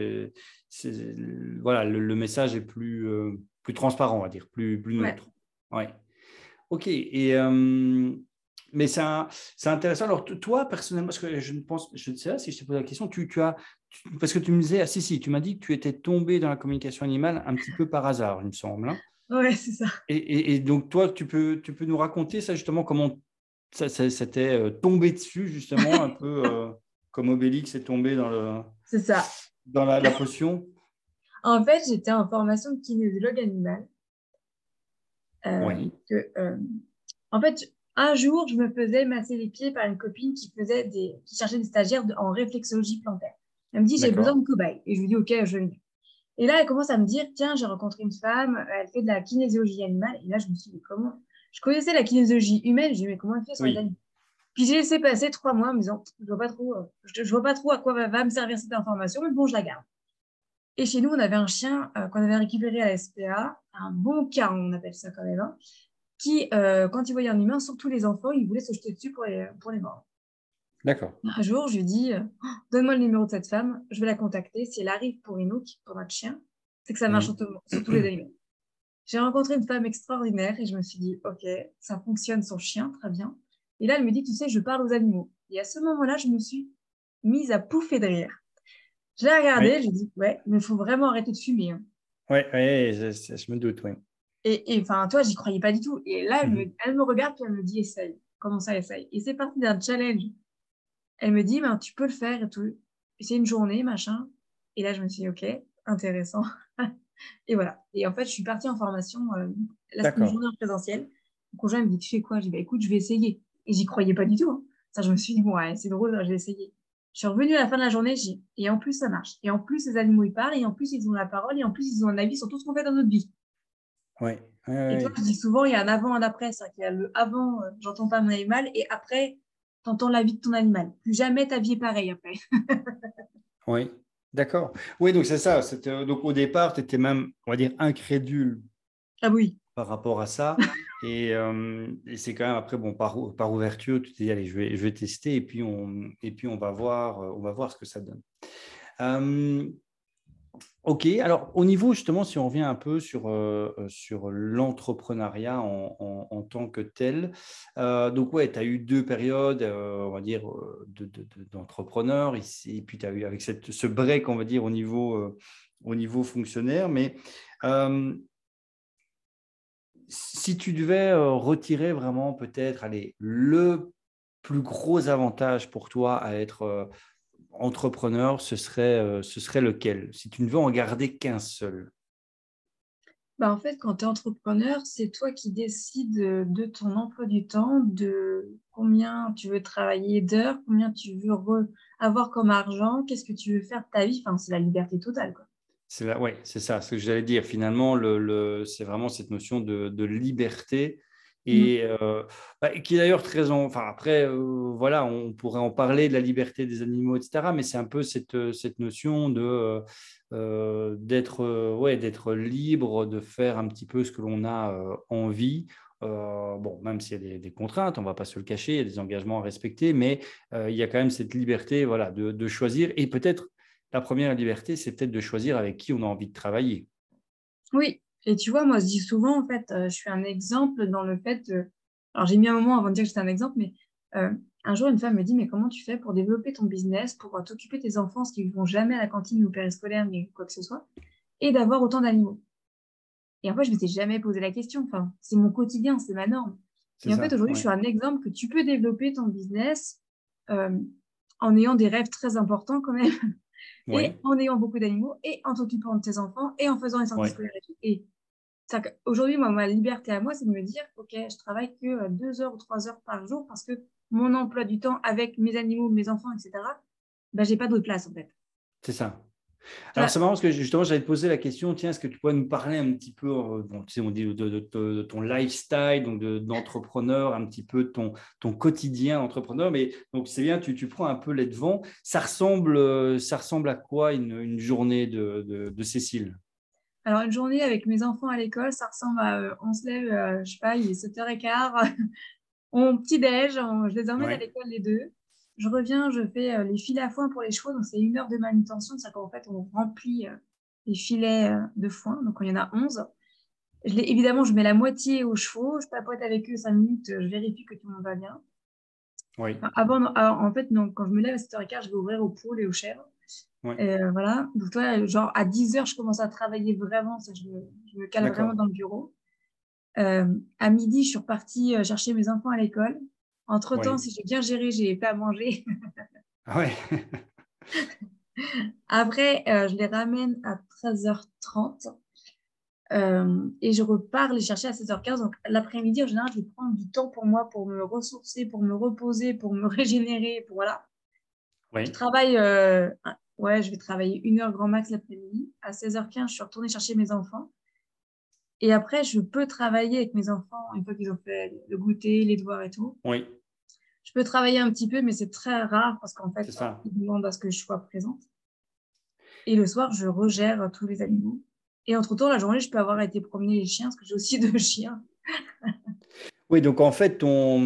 [SPEAKER 1] voilà, le message est plus transparent, on va dire, plus
[SPEAKER 2] ouais.
[SPEAKER 1] neutre. Ouais. Ok, mais c'est intéressant. Alors, toi, personnellement, parce que je ne sais pas si je t'ai posé la question, parce que tu me disais, ah si, si, tu m'as dit que tu étais tombé dans la communication animale un petit peu par hasard, il me semble, hein.
[SPEAKER 2] Ouais, c'est ça.
[SPEAKER 1] Et donc, toi, tu peux nous raconter ça, justement, comment ça t'est tombé dessus, justement, un peu comme Obélix est tombé
[SPEAKER 2] C'est ça.
[SPEAKER 1] dans la potion.
[SPEAKER 2] En fait, j'étais en formation de kinésiologue animal.
[SPEAKER 1] Oui,
[SPEAKER 2] Que, en fait, un jour, je me faisais masser les pieds par une copine qui cherchait des stagiaires en réflexologie plantaire. Elle me dit, j'ai besoin
[SPEAKER 1] d'accord.
[SPEAKER 2] de cobayes. Et je lui dis, OK, je viens. Et là, elle commence à me dire, tiens, j'ai rencontré une femme, elle fait de la kinésiologie animale. Et là, je me suis dit, comment? Je connaissais la kinésiologie humaine, je me dis, mais comment elle fait sur les
[SPEAKER 1] Oui,
[SPEAKER 2] animaux? Puis j'ai laissé passer 3 mois en me disant, je vois pas trop à quoi va me servir cette information, mais bon, je la garde. Et chez nous, on avait un chien qu'on avait récupéré à la SPA, un bon cas, on appelle ça quand même, hein, qui, quand il voyait un humain, surtout les enfants, il voulait se jeter dessus pour les mordre.
[SPEAKER 1] d'accord.
[SPEAKER 2] Un jour, je lui dis, oh, donne-moi le numéro de cette femme, je vais la contacter. Si elle arrive pour Inouk, pour notre chien, c'est que ça marche
[SPEAKER 1] Oui.
[SPEAKER 2] sur tous les animaux. J'ai rencontré une femme extraordinaire et je me suis dit, OK, ça fonctionne son chien, très bien. Et là, elle me dit, tu sais, je parle aux animaux. Et à ce moment-là, je me suis mise à pouffer de rire. Je l'ai regardée,
[SPEAKER 1] Oui,
[SPEAKER 2] j'ai dit, ouais, mais il faut vraiment arrêter de fumer, hein.
[SPEAKER 1] oui, oui, je me doute, oui.
[SPEAKER 2] Et enfin, toi, j'y croyais pas du tout. Et là,
[SPEAKER 1] Mhm.
[SPEAKER 2] elle me regarde, puis elle me dit, essaye. Comment ça, essaye? Et c'est parti d'un challenge. Elle me dit, ben, tu peux le faire et tout. Et c'est une journée, machin. Et là, je me suis dit, OK, intéressant. Et voilà. Et en fait, je suis partie en formation. Là, c'était une
[SPEAKER 1] D'accord.
[SPEAKER 2] journée en présentiel. Mon conjoint me dit, tu fais quoi? Je dis, bah, écoute, je vais essayer. Et j'y croyais pas du tout, hein. Ça, je me suis dit, bon, ouais, c'est drôle, je vais essayer. Je suis revenue à la fin de la journée, et en plus, ça marche. Et en plus, les animaux, ils parlent, et en plus, ils ont la parole, et en plus, ils ont un avis sur tout ce qu'on fait dans notre vie.
[SPEAKER 1] Oui, oui,
[SPEAKER 2] Et toi,
[SPEAKER 1] oui.
[SPEAKER 2] je dis souvent, il y a un avant, un après. C'est-à-dire qu'il y a le avant, j'entends pas mon animal, et après, t'entends la vie de ton animal. Plus jamais ta vie est pareille après.
[SPEAKER 1] Oui, d'accord. Oui, donc c'est ça. Donc au départ, tu étais même, on va dire, incrédule
[SPEAKER 2] Ah oui.
[SPEAKER 1] par rapport à ça. Et c'est quand même après, bon, par ouverture, tu t'es dit, allez, je vais tester et puis on va voir ce que ça donne. Euh, Ok, alors au niveau justement, si on revient un peu sur l'entrepreneuriat en tant que tel, donc ouais, tu as eu deux périodes, on va dire, d'entrepreneur, ici, et puis tu as eu avec ce break, on va dire, au niveau fonctionnaire, mais euh, si tu devais retirer vraiment peut-être, allez, le plus gros avantage pour toi à être entrepreneur, ce serait lequel? Si tu ne veux en garder qu'un seul.
[SPEAKER 2] Bah, en fait, quand tu es entrepreneur, c'est toi qui décides de ton emploi du temps, de combien tu veux travailler d'heures, combien tu veux avoir comme argent, qu'est-ce que tu veux faire de ta vie. Enfin, c'est la liberté totale, quoi.
[SPEAKER 1] Ouais, c'est ça, ce que j'allais dire. Finalement, c'est vraiment cette notion de liberté
[SPEAKER 2] Mm.
[SPEAKER 1] et qui est d'ailleurs enfin après, voilà, on pourrait en parler de la liberté des animaux, etc. Mais c'est un peu cette notion d'être libre, de faire un petit peu ce que l'on a envie. Bon, même s'il y a des contraintes, on ne va pas se le cacher, il y a des engagements à respecter, mais il y a quand même cette liberté, voilà, de choisir et peut-être la première liberté, c'est peut-être de choisir avec qui on a envie de travailler.
[SPEAKER 2] Oui, et tu vois, moi, je dis souvent, en fait, je suis un exemple dans le fait Alors, j'ai mis un moment avant de dire que j'étais un exemple, mais un jour, une femme me dit, mais comment tu fais pour développer ton business, pour t'occuper de tes enfants, parce qu'ils ne vont jamais à la cantine ou au périscolaire, ni quoi que ce soit, et d'avoir autant d'animaux? Et en fait, je ne m'étais jamais posé la question. Enfin, c'est mon quotidien, c'est ma norme.
[SPEAKER 1] C'est
[SPEAKER 2] Et en fait,
[SPEAKER 1] ça,
[SPEAKER 2] aujourd'hui, je
[SPEAKER 1] ouais.
[SPEAKER 2] suis un exemple que tu peux développer ton business euh, en ayant des rêves très importants quand même. et
[SPEAKER 1] Oui,
[SPEAKER 2] en ayant beaucoup d'animaux, et en t'occupant de tes enfants, et en faisant les sorties
[SPEAKER 1] oui.
[SPEAKER 2] scolaires et tout. Et aujourd'hui, moi, ma liberté à moi, c'est de me dire, OK, je travaille que 2 heures ou 3 heures par jour parce que mon emploi du temps avec mes animaux, mes enfants, etc., ben, j'ai pas d'autre place, en fait.
[SPEAKER 1] C'est ça.
[SPEAKER 2] Tu
[SPEAKER 1] Alors,
[SPEAKER 2] vois.
[SPEAKER 1] c'est marrant parce que justement, j'allais te poser la question, tiens, est-ce que tu pourrais nous parler un petit peu, bon, tu sais, on dit de ton lifestyle, donc d'entrepreneur, un petit peu de ton quotidien entrepreneur, mais donc c'est bien, tu prends un peu les devants. Ça ressemble à quoi une journée de Cécile?
[SPEAKER 2] Alors, une journée avec mes enfants à l'école, ça ressemble à, on se lève, je sais pas, il est 7h15, on petit-déj, je les emmène à
[SPEAKER 1] Oui,
[SPEAKER 2] l'école les deux. Je reviens, je fais les filets à foin pour les chevaux, donc c'est 1 heure de manutention, c'est qu'en fait, on remplit les filets de foin, donc il y en a 11. Évidemment, je mets la moitié aux chevaux, je papote avec eux 5 minutes, je vérifie que tout le monde va bien.
[SPEAKER 1] oui,
[SPEAKER 2] Enfin, avant, non, alors, en fait, non, quand je me lève à 7h15, je vais ouvrir aux poules et aux chèvres.
[SPEAKER 1] oui.
[SPEAKER 2] Voilà. Donc, toi, genre à 10 heures, je commence à travailler vraiment. Je me cale vraiment
[SPEAKER 1] D'accord.
[SPEAKER 2] dans le bureau. À midi, je suis repartie chercher mes enfants à l'école. Entre-temps,
[SPEAKER 1] Oui.
[SPEAKER 2] si j'ai bien géré, j'ai fait à manger.
[SPEAKER 1] Ah ouais.
[SPEAKER 2] Après, je les ramène à 13h30 et je repars les chercher à 16h15. Donc, l'après-midi, en général, je vais prendre du temps pour moi, pour me ressourcer, pour me reposer, pour me régénérer. Voilà. Je
[SPEAKER 1] Oui.
[SPEAKER 2] travaille, ouais, je vais travailler 1 heure grand max l'après-midi. À 16h15, je suis retournée chercher mes enfants. Et après, je peux travailler avec mes enfants une fois qu'ils ont fait le goûter, les devoirs et tout.
[SPEAKER 1] Oui.
[SPEAKER 2] Je peux travailler un petit peu, mais c'est très rare parce qu'en
[SPEAKER 1] C'est
[SPEAKER 2] fait,
[SPEAKER 1] ça.
[SPEAKER 2] ils demandent à ce que je sois présente. Et le soir, je regère tous les animaux. Et entre-temps, la journée, je peux avoir été promener les chiens parce que j'ai aussi 2 chiens.
[SPEAKER 1] Oui, donc en fait,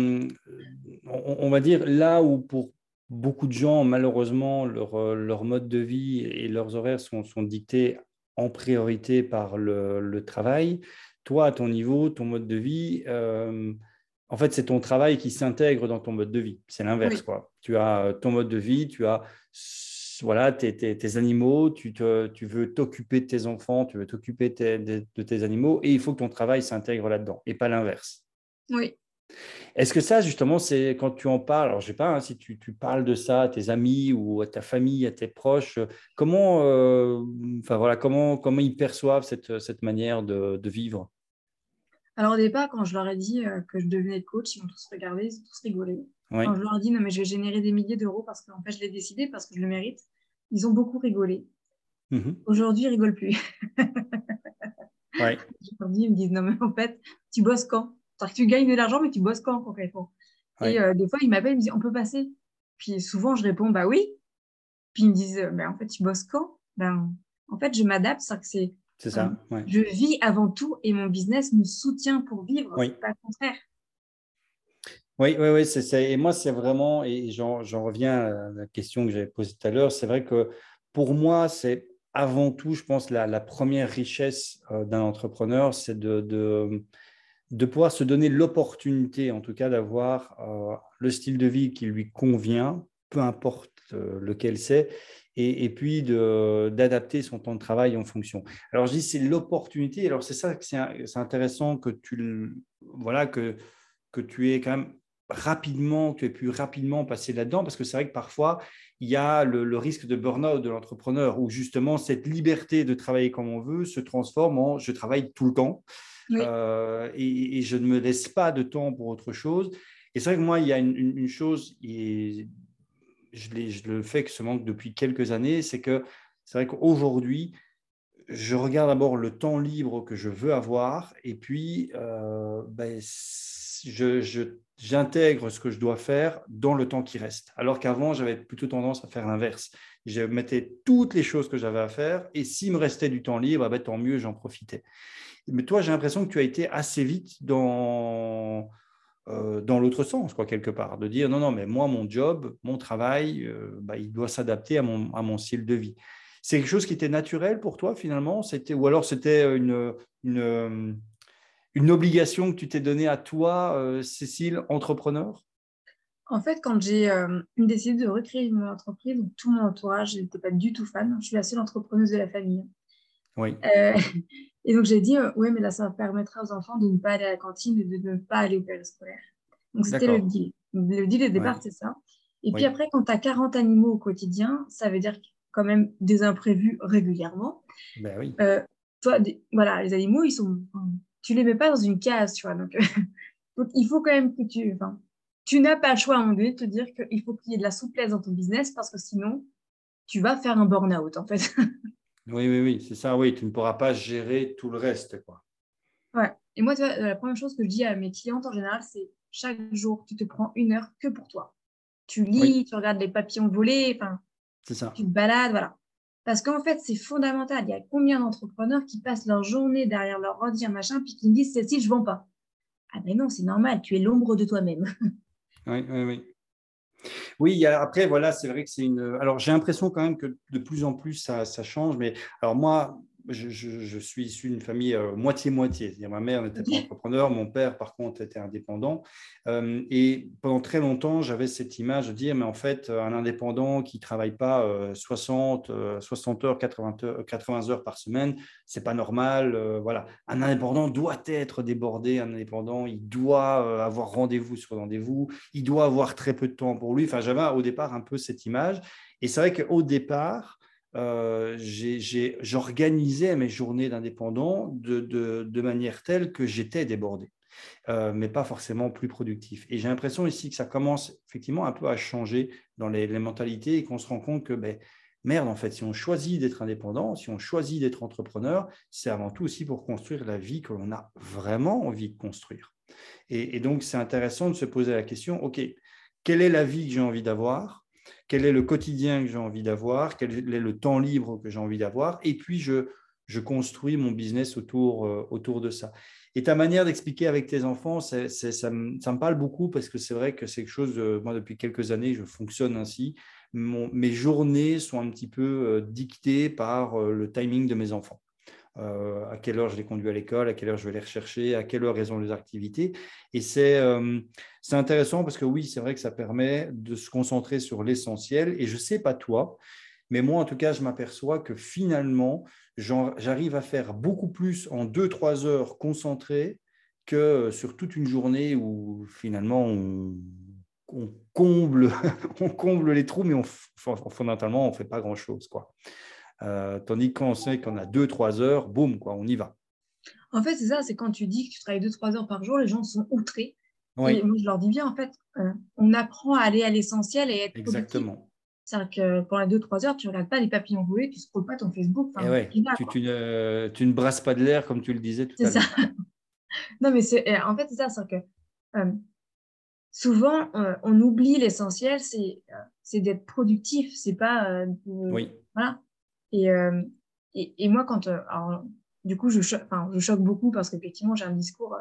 [SPEAKER 1] on va dire là où pour beaucoup de gens, malheureusement, leur mode de vie et leurs horaires sont dictés en priorité par le travail, toi, à ton niveau, ton mode de vie, en fait, c'est ton travail qui s'intègre dans ton mode de vie. C'est l'inverse,
[SPEAKER 2] Oui,
[SPEAKER 1] quoi. Tu as ton mode de vie, tu as voilà, tes animaux, tu veux t'occuper de tes enfants, tu veux t'occuper de tes animaux, et il faut que ton travail s'intègre là-dedans, et pas l'inverse.
[SPEAKER 2] oui.
[SPEAKER 1] Est-ce que ça, justement, c'est quand tu en parles, alors je ne sais pas hein, si tu parles de ça à tes amis ou à ta famille, à tes proches, comment, enfin, voilà, comment ils perçoivent cette manière de vivre?
[SPEAKER 2] Alors au départ, quand je leur ai dit que je devenais coach, ils m'ont tous regardé, ils ont tous rigolé. Quand
[SPEAKER 1] Oui.
[SPEAKER 2] je leur ai dit non, mais je vais générer des milliers d'euros parce qu'en fait, je l'ai décidé, parce que je le mérite, ils ont beaucoup rigolé.
[SPEAKER 1] Mhm.
[SPEAKER 2] Aujourd'hui, ils rigolent plus.
[SPEAKER 1] Oui.
[SPEAKER 2] Je leur dis, ils me disent non, mais en fait, tu bosses quand? C'est-à-dire que tu gagnes de l'argent, mais tu bosses quand concrètement? Et
[SPEAKER 1] Oui.
[SPEAKER 2] des fois, ils m'appellent, ils me disent on peut passer? Puis souvent, je réponds bah oui. Puis ils me disent mais en fait, tu bosses quand? Ben, en fait, je m'adapte, c'est-à-dire que
[SPEAKER 1] C'est
[SPEAKER 2] euh,
[SPEAKER 1] ça. Oui.
[SPEAKER 2] je vis avant tout et mon business me soutient pour vivre,
[SPEAKER 1] Oui.
[SPEAKER 2] c'est pas le contraire.
[SPEAKER 1] Oui, oui, oui, et moi, c'est vraiment, et j'en reviens à la question que j'avais posée tout à l'heure, c'est vrai que pour moi, c'est avant tout, je pense, la première richesse d'un entrepreneur, c'est de pouvoir se donner l'opportunité, en tout cas, d'avoir le style de vie qui lui convient, peu importe lequel c'est, et puis d'adapter son temps de travail en fonction. Alors, je dis, c'est l'opportunité. Alors, c'est ça que c'est intéressant voilà, que tu aies quand même rapidement, tu aies pu rapidement passer là-dedans, parce que c'est vrai que parfois, il y a le risque de burn-out de l'entrepreneur, où justement, cette liberté de travailler comme on veut se transforme en je travaille tout le temps
[SPEAKER 2] Oui,
[SPEAKER 1] et je ne me laisse pas de temps pour autre chose. Et c'est vrai que moi, il y a une chose, et je le fais que ce manque depuis quelques années, c'est que c'est vrai qu'aujourd'hui, je regarde d'abord le temps libre que je veux avoir et puis ben, j'intègre ce que je dois faire dans le temps qui reste. Alors qu'avant, j'avais plutôt tendance à faire l'inverse. Je mettais toutes les choses que j'avais à faire et s'il me restait du temps libre, ben, tant mieux, j'en profitais. Mais toi, j'ai l'impression que tu as été assez vite dans l'autre sens, quoi, quelque part, de dire non, non, mais moi, mon job, mon travail, bah, il doit s'adapter à mon style de vie. C'est quelque chose qui était naturel pour toi, finalement, ou alors c'était une, une obligation que tu t'es donnée à toi, Cécile, entrepreneur?
[SPEAKER 2] en fait, quand j'ai décidé de recréer mon entreprise, donc tout mon entourage n'était pas du tout fan. Je suis la seule entrepreneuse de la famille.
[SPEAKER 1] Oui,
[SPEAKER 2] Euh, et donc j'ai dit ouais, mais là, ça permettra aux enfants de ne pas aller à la cantine et de ne pas aller au périscolaire. Donc c'était le
[SPEAKER 1] d'accord.
[SPEAKER 2] deal. Le deal au départ,
[SPEAKER 1] Ouais,
[SPEAKER 2] c'est ça. Et puis
[SPEAKER 1] oui,
[SPEAKER 2] après, quand tu as 40 animaux au quotidien, ça veut dire quand même des imprévus régulièrement.
[SPEAKER 1] Ben oui.
[SPEAKER 2] Euh, Toi, voilà, les animaux, tu les mets pas dans une case, tu vois. Donc, donc il faut quand même que tu n'as pas le choix à un moment donné de te dire qu'il faut qu'il y ait de la souplesse dans ton business parce que sinon, tu vas faire un burn-out, en fait.
[SPEAKER 1] Oui, oui, oui, c'est ça, oui. Tu ne pourras pas gérer tout le reste, quoi.
[SPEAKER 2] Ouais. Et moi, tu vois, la première chose que je dis à mes clientes en général, c'est chaque jour, tu te prends 1 heure que pour toi. Tu
[SPEAKER 1] Oui,
[SPEAKER 2] lis, tu regardes les papillons voler, enfin,
[SPEAKER 1] c'est ça.
[SPEAKER 2] tu te balades, voilà. Parce qu'en fait, c'est fondamental. Il y a combien d'entrepreneurs qui passent leur journée derrière leur ordi, un machin, puis qui me disent, celle-ci, je vends pas. Ah ben non, c'est normal, tu es l'ombre de toi-même.
[SPEAKER 1] Oui, oui, oui. Oui, après, voilà, c'est vrai que c'est une. Alors, j'ai l'impression quand même que de plus en plus, ça change. Mais alors, moi, je suis issu d'une famille moitié-moitié. C'est-à-dire, ma mère n'était pas entrepreneur, mon père, par contre, était indépendant. Et pendant très longtemps, j'avais cette image de dire, mais en fait, un indépendant qui ne travaille pas 60 heures, 80 heures par semaine, c'est pas normal. Voilà. Un indépendant doit être débordé. Un indépendant, il doit avoir rendez-vous sur rendez-vous. Il doit avoir très peu de temps pour lui. Enfin, j'avais au départ un peu cette image. Et c'est vrai qu'au départ, j'organisais mes journées d'indépendant de manière telle que j'étais débordé, mais pas forcément plus productif. Et j'ai l'impression ici que ça commence effectivement un peu à changer dans les mentalités et qu'on se rend compte que, ben, merde, en fait, si on choisit d'être indépendant, si on choisit d'être entrepreneur, c'est avant tout aussi pour construire la vie que l'on a vraiment envie de construire. Et donc, c'est intéressant de se poser la question, OK, quelle est la vie que j'ai envie d'avoir? Quel est le quotidien que j'ai envie d'avoir? Quel est le temps libre que j'ai envie d'avoir? Et puis, je construis mon business autour de ça. Et ta manière d'expliquer avec tes enfants, ça me parle beaucoup parce que c'est vrai que c'est quelque chose, moi, depuis quelques années, je fonctionne ainsi. Mes journées sont un petit peu dictées par le timing de mes enfants. À quelle heure je les conduis à l'école, à quelle heure je vais les rechercher, à quelle heure ils ont les activités. Et c'est intéressant parce que oui, c'est vrai que ça permet de se concentrer sur l'essentiel. Et je ne sais pas toi, mais moi, en tout cas, je m'aperçois que finalement, j'arrive à faire beaucoup plus en 2, 3 heures concentrées que sur toute une journée où finalement on comble, on comble les trous, mais fondamentalement, on ne fait pas grand-chose, quoi. Tandis qu'on sait qu'on a 2, 3 heures, boum, quoi, on y va.
[SPEAKER 2] En fait, c'est ça, c'est quand tu dis que tu travailles 2, 3 heures par jour, les gens sont outrés. Et
[SPEAKER 1] Oui,
[SPEAKER 2] moi, je leur dis bien, en fait, on apprend à aller à l'essentiel et être productif.
[SPEAKER 1] exactement.
[SPEAKER 2] C'est-à-dire que pendant les 2, 3 heures, tu ne regardes pas les papillons voler, tu ne scrolles pas ton Facebook,
[SPEAKER 1] Et
[SPEAKER 2] enfin,
[SPEAKER 1] ouais,
[SPEAKER 2] tu vas,
[SPEAKER 1] tu,
[SPEAKER 2] quoi.
[SPEAKER 1] tu ne, tu ne brasses pas de l'air comme tu le disais tout
[SPEAKER 2] C'est
[SPEAKER 1] à
[SPEAKER 2] ça.
[SPEAKER 1] l'heure.
[SPEAKER 2] Non, mais en fait, c'est ça, c'est que euh, souvent, on oublie l'essentiel, c'est d'être productif, c'est pas
[SPEAKER 1] Oui,
[SPEAKER 2] voilà. Et, et moi, alors, du coup, je choque beaucoup parce qu'effectivement, j'ai un discours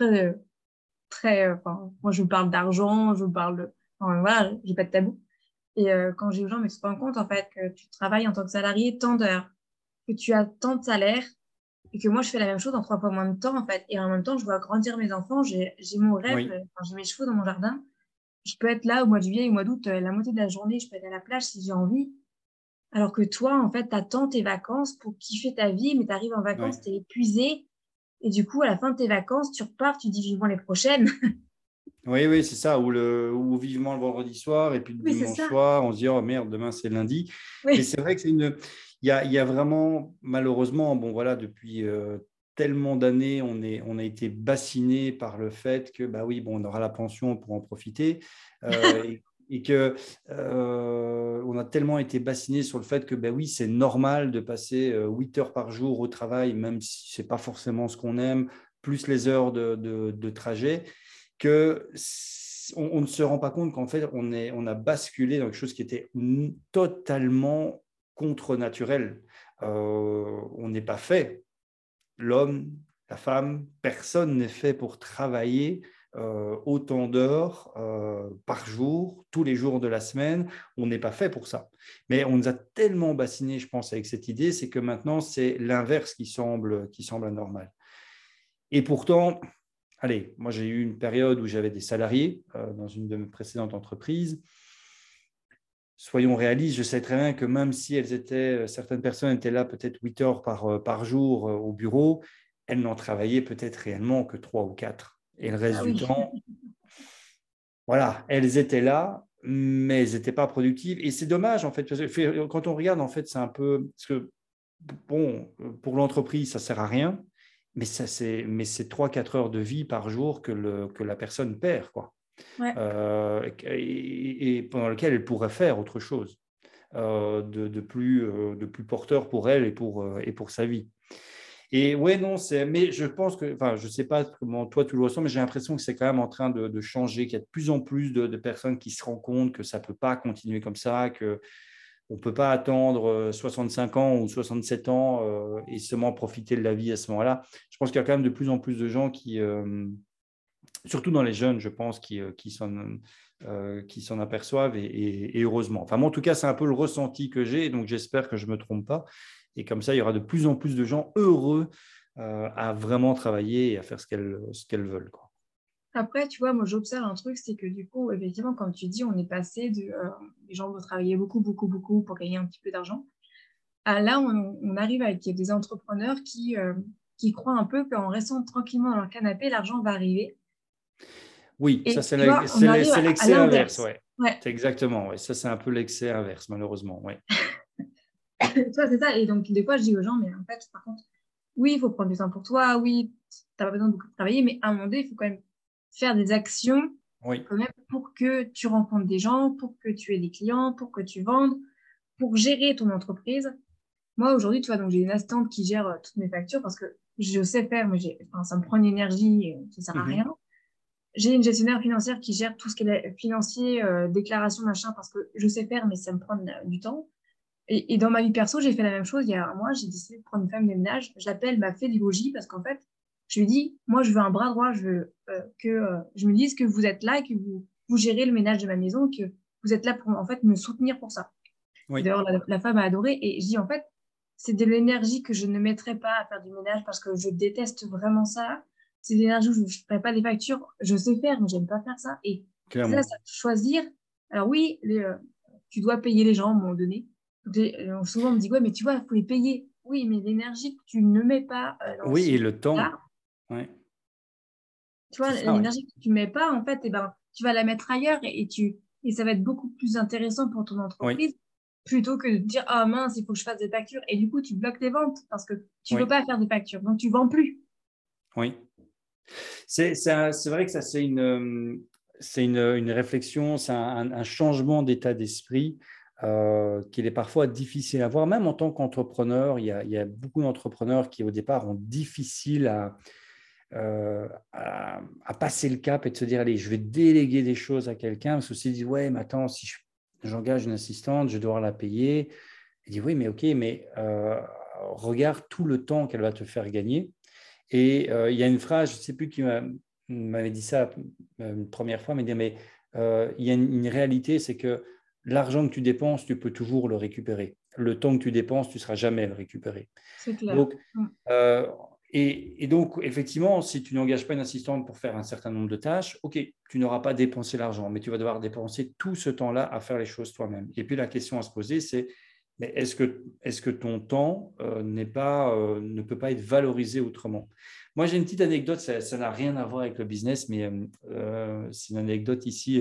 [SPEAKER 2] enfin, moi, je parle d'argent, enfin, voilà, j'ai pas de tabou. Et quand j'ai aux gens, mais tu te rends compte, en fait, que tu travailles en tant que salarié tant d'heures, que tu as tant de salaire, et que moi, je fais la même chose en 3 fois moins de temps, en fait. Et en même temps, je vois grandir mes enfants, j'ai mon rêve,
[SPEAKER 1] oui,
[SPEAKER 2] enfin, j'ai mes chevaux dans mon jardin. Je peux être là au mois de juillet, au mois d'août, la moitié de la journée, je peux être à la plage si j'ai envie. Alors que toi, en fait, tu attends tes vacances pour kiffer ta vie, mais tu arrives en
[SPEAKER 1] oui.
[SPEAKER 2] vacances, tu es épuisé. Et du coup, à la fin de tes vacances, tu repars, tu dis vivement les prochaines.
[SPEAKER 1] Oui, oui, c'est ça, ou vivement le vendredi soir, et puis le
[SPEAKER 2] Oui, c'est
[SPEAKER 1] dimanche
[SPEAKER 2] ça.
[SPEAKER 1] soir, on se dit, oh merde, demain c'est lundi. Mais
[SPEAKER 2] Oui,
[SPEAKER 1] c'est vrai que il y a vraiment, malheureusement, bon voilà, depuis tellement d'années, on a été bassiné par le fait que, bah oui, bon, on aura la pension pour en profiter, et que on a tellement été bassiné sur le fait que, bah oui, c'est normal de passer 8 heures par jour au travail, même si c'est pas forcément ce qu'on aime, plus les heures de trajet que on ne se rend pas compte qu'en fait, on a basculé dans quelque chose qui était totalement contre-naturel. On n'est pas fait, l'homme, la femme, personne n'est fait pour travailler autant d'heures par jour, tous les jours de la semaine. On n'est pas fait pour ça. Mais on nous a tellement bassinés, je pense, avec cette idée, c'est que maintenant, c'est l'inverse qui semble anormal. Et pourtant, allez, moi j'ai eu une période où j'avais des salariés dans une de mes précédentes entreprises. Soyons réalistes, je sais très bien que même si certaines personnes étaient là peut-être 8 heures par jour au bureau, elles n'en travaillaient peut-être réellement que 3 ou 4. Et le reste
[SPEAKER 2] ah
[SPEAKER 1] du
[SPEAKER 2] oui.
[SPEAKER 1] temps, voilà, elles étaient là mais elles n'étaient pas productives. Et c'est dommage, en fait, parce que quand on regarde, en fait, c'est un peu… Parce que, bon, pour l'entreprise, ça ne sert à rien, mais c'est 3-4 heures de vie par jour que la personne perd, quoi.
[SPEAKER 2] Ouais.
[SPEAKER 1] Et pendant lequel elle pourrait faire autre chose de plus porteur pour elle et pour sa vie. Et ouais, non, mais je pense que, enfin, je ne sais pas comment toi tu le ressens, mais j'ai l'impression que c'est quand même en train de changer, qu'il y a de plus en plus de personnes qui se rendent compte que ça ne peut pas continuer comme ça, qu'on ne peut pas attendre 65 ans ou 67 ans et seulement profiter de la vie à ce moment-là. Je pense qu'il y a quand même de plus en plus de gens surtout dans les jeunes, je pense, qui s'en aperçoivent et heureusement. Enfin, moi, en tout cas, c'est un peu le ressenti que j'ai, donc j'espère que je ne me trompe pas. Et comme ça, il y aura de plus en plus de gens heureux à vraiment travailler et à faire ce qu'elles veulent, quoi.
[SPEAKER 2] Après, tu vois, moi, j'observe un truc, c'est que du coup, effectivement, comme tu dis, on est passé de les gens vont travailler beaucoup, beaucoup, beaucoup pour gagner un petit peu d'argent. À là, on arrive avec des entrepreneurs qui croient un peu qu'en restant tranquillement dans leur canapé, l'argent va arriver.
[SPEAKER 1] Oui, ça,
[SPEAKER 2] Et tu vois, on arrive
[SPEAKER 1] c'est
[SPEAKER 2] à
[SPEAKER 1] l'excès inverse,
[SPEAKER 2] l'inverse.
[SPEAKER 1] ouais.
[SPEAKER 2] Ouais,
[SPEAKER 1] C'est exactement, ouais. Ça, c'est un peu l'excès inverse, malheureusement, ouais.
[SPEAKER 2] tu vois, c'est ça. Et donc, des fois, je dis aux gens, mais en fait, par contre, oui, il faut prendre du temps pour toi, oui, tu n'as pas besoin de beaucoup travailler, mais à un moment donné, il faut quand même faire des actions
[SPEAKER 1] Oui.
[SPEAKER 2] quand même pour que tu rencontres des gens, pour que tu aies des clients, pour que tu vendes, pour gérer ton entreprise. Moi, aujourd'hui, tu vois, donc j'ai une assistante qui gère toutes mes factures parce que je sais faire, mais enfin, ça me prend une énergie et ça sert à rien.
[SPEAKER 1] Mhm.
[SPEAKER 2] J'ai une gestionnaire financière qui gère tout ce qui est financier, déclaration, machin, parce que je sais faire, mais ça me prend du temps. Et dans ma vie perso, j'ai fait la même chose. Il y a un mois, j'ai décidé de prendre une femme de ménage. Je l'appelle ma pédagogie parce qu'en fait, je lui dis, moi, je veux un bras droit. Je veux que je me dise que vous êtes là et que vous gérez le ménage de ma maison, que vous êtes là pour en fait me soutenir pour ça. Et
[SPEAKER 1] Oui,
[SPEAKER 2] d'ailleurs, la femme a adoré. Et je dis, en fait, c'est de l'énergie que je ne mettrais pas à faire du ménage parce que je déteste vraiment ça. C'est de l'énergie où je ne ferai pas des factures. Je sais faire, mais j'aime pas faire ça. Et c'est ça,
[SPEAKER 1] clairement.
[SPEAKER 2] ça choisir. Alors oui, tu dois payer les gens à un moment donné. Souvent, on me dit, ouais, mais tu vois, il faut les payer. Oui, mais l'énergie que tu ne mets pas dans
[SPEAKER 1] Oui,
[SPEAKER 2] ce
[SPEAKER 1] et le temps.
[SPEAKER 2] là,
[SPEAKER 1] Ouais.
[SPEAKER 2] tu vois,
[SPEAKER 1] C'est ça, oui.
[SPEAKER 2] l'énergie que tu ne mets pas, en fait, eh ben, tu vas la mettre ailleurs et ça va être beaucoup plus intéressant pour ton
[SPEAKER 1] Oui,
[SPEAKER 2] entreprise plutôt que de dire, ah mince, il faut que je fasse des factures. Et du coup, tu bloques tes ventes parce que tu ne veux
[SPEAKER 1] oui,
[SPEAKER 2] pas faire des factures. Donc, tu ne vends plus.
[SPEAKER 1] oui. C'est vrai que ça, c'est une réflexion, c'est un changement d'état d'esprit qu'il est parfois difficile à voir. Même en tant qu'entrepreneur, il y a beaucoup d'entrepreneurs qui, au départ, ont difficile à passer le cap et de se dire, allez, je vais déléguer des choses à quelqu'un, parce que s'ils disent, ouais, mais attends, si j'engage une assistante, je vais devoir la payer. Il dit, oui, mais ok, mais regarde tout le temps qu'elle va te faire gagner. Et il y a une phrase, je ne sais plus qui m'avait dit ça une première fois, mais il y a une réalité, c'est que l'argent que tu dépenses, tu peux toujours le récupérer. Le temps que tu dépenses, tu ne seras jamais à le récupérer.
[SPEAKER 2] C'est clair.
[SPEAKER 1] Donc, euh, et donc, effectivement, si tu n'engages pas une assistante pour faire un certain nombre de tâches, ok, tu n'auras pas dépensé l'argent, mais tu vas devoir dépenser tout ce temps-là à faire les choses toi-même. Et puis la question à se poser, c'est mais est-ce que ton temps ne peut pas être valorisé autrement? Moi, j'ai une petite anecdote, ça n'a rien à voir avec le business, mais c'est une anecdote ici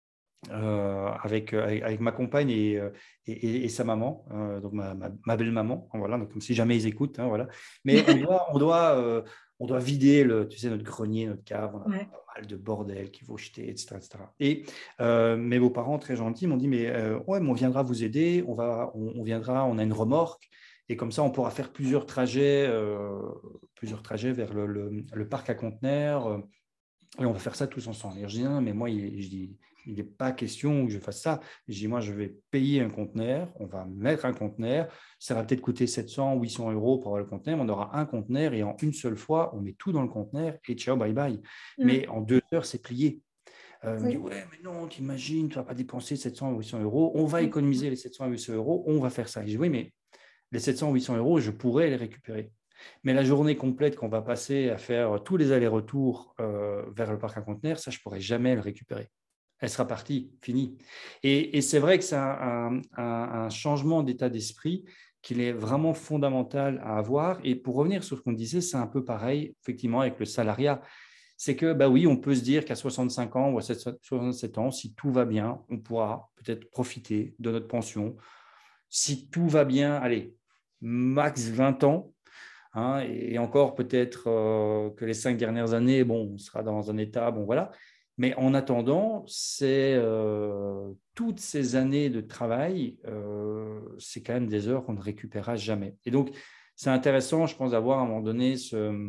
[SPEAKER 1] avec ma compagne et sa maman, donc ma belle-maman, voilà, donc comme si jamais ils écoutent, hein, voilà. Mais on doit vider tu sais, notre grenier, notre cave, on a
[SPEAKER 2] Ouais.
[SPEAKER 1] pas mal de bordel qu'il faut jeter, etc., etc. Et mes beaux-parents, très gentils, m'ont dit, mais ouais, mais on viendra vous aider, on viendra, on a une remorque, et comme ça, on pourra faire plusieurs trajets vers le parc à conteneurs. Et on va faire ça tous ensemble. Et je dis, non, mais moi, je dis, il n'est pas question que je fasse ça. Je dis, moi, je vais payer un conteneur, on va mettre un conteneur, ça va peut-être coûter 700, 800 euros pour avoir le conteneur, on aura un conteneur et en une seule fois, on met tout dans le conteneur et ciao, bye bye.
[SPEAKER 2] Mm.
[SPEAKER 1] Mais en 2 heures, c'est plié. Il me dit,
[SPEAKER 2] Oui.
[SPEAKER 1] ouais, mais non, t'imagines, tu ne vas pas dépenser 700 ou 800 euros, on va
[SPEAKER 2] Oui.
[SPEAKER 1] économiser les 700 ou 800 euros, on va faire ça. Et je dis, oui, mais les 700 ou 800 euros, je pourrais les récupérer. Mais la journée complète qu'on va passer à faire tous les allers-retours vers le parc à conteneurs, ça, je ne pourrai jamais le récupérer. Elle sera partie, finie. Et c'est vrai que c'est un changement d'état d'esprit qu'il est vraiment fondamental à avoir. Et pour revenir sur ce qu'on disait, c'est un peu pareil, effectivement, avec le salariat. c'est que, bah oui, on peut se dire qu'à 65 ans ou à 67 ans, si tout va bien, on pourra peut-être profiter de notre pension. Si tout va bien, allez, max 20 ans, hein, et encore peut-être que les 5 dernières années, bon, on sera dans un état, bon voilà. Mais en attendant, c'est toutes ces années de travail, c'est quand même des heures qu'on ne récupérera jamais. Et donc, c'est intéressant, je pense, d'avoir à un moment donné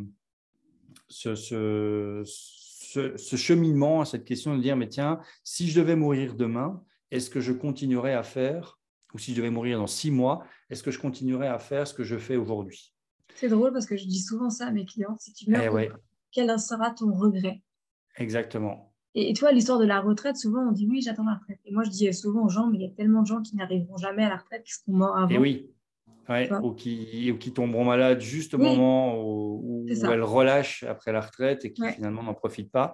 [SPEAKER 1] ce cheminement à cette question de dire, mais tiens, si je devais mourir demain, est-ce que je continuerais à faire, ou si je devais mourir dans 6 mois, est-ce que je continuerais à faire ce que je fais aujourd'hui?
[SPEAKER 2] C'est drôle parce que je dis souvent ça à mes clients. Si tu meurs
[SPEAKER 1] Eh
[SPEAKER 2] demain,
[SPEAKER 1] ouais,
[SPEAKER 2] quel sera ton regret?
[SPEAKER 1] exactement.
[SPEAKER 2] Et toi, l'histoire de la retraite, souvent on dit oui, j'attends la retraite. Et moi, je dis souvent aux gens, mais il y a tellement de gens qui n'arriveront jamais à la retraite, qui seront morts
[SPEAKER 1] Et
[SPEAKER 2] avant.
[SPEAKER 1] oui,
[SPEAKER 2] Tu
[SPEAKER 1] ouais,
[SPEAKER 2] vois?
[SPEAKER 1] ou qui tomberont malades juste au
[SPEAKER 2] Oui,
[SPEAKER 1] moment
[SPEAKER 2] c'est
[SPEAKER 1] où
[SPEAKER 2] ça.
[SPEAKER 1] elles relâchent après la retraite et qui
[SPEAKER 2] Ouais.
[SPEAKER 1] finalement n'en profitent pas.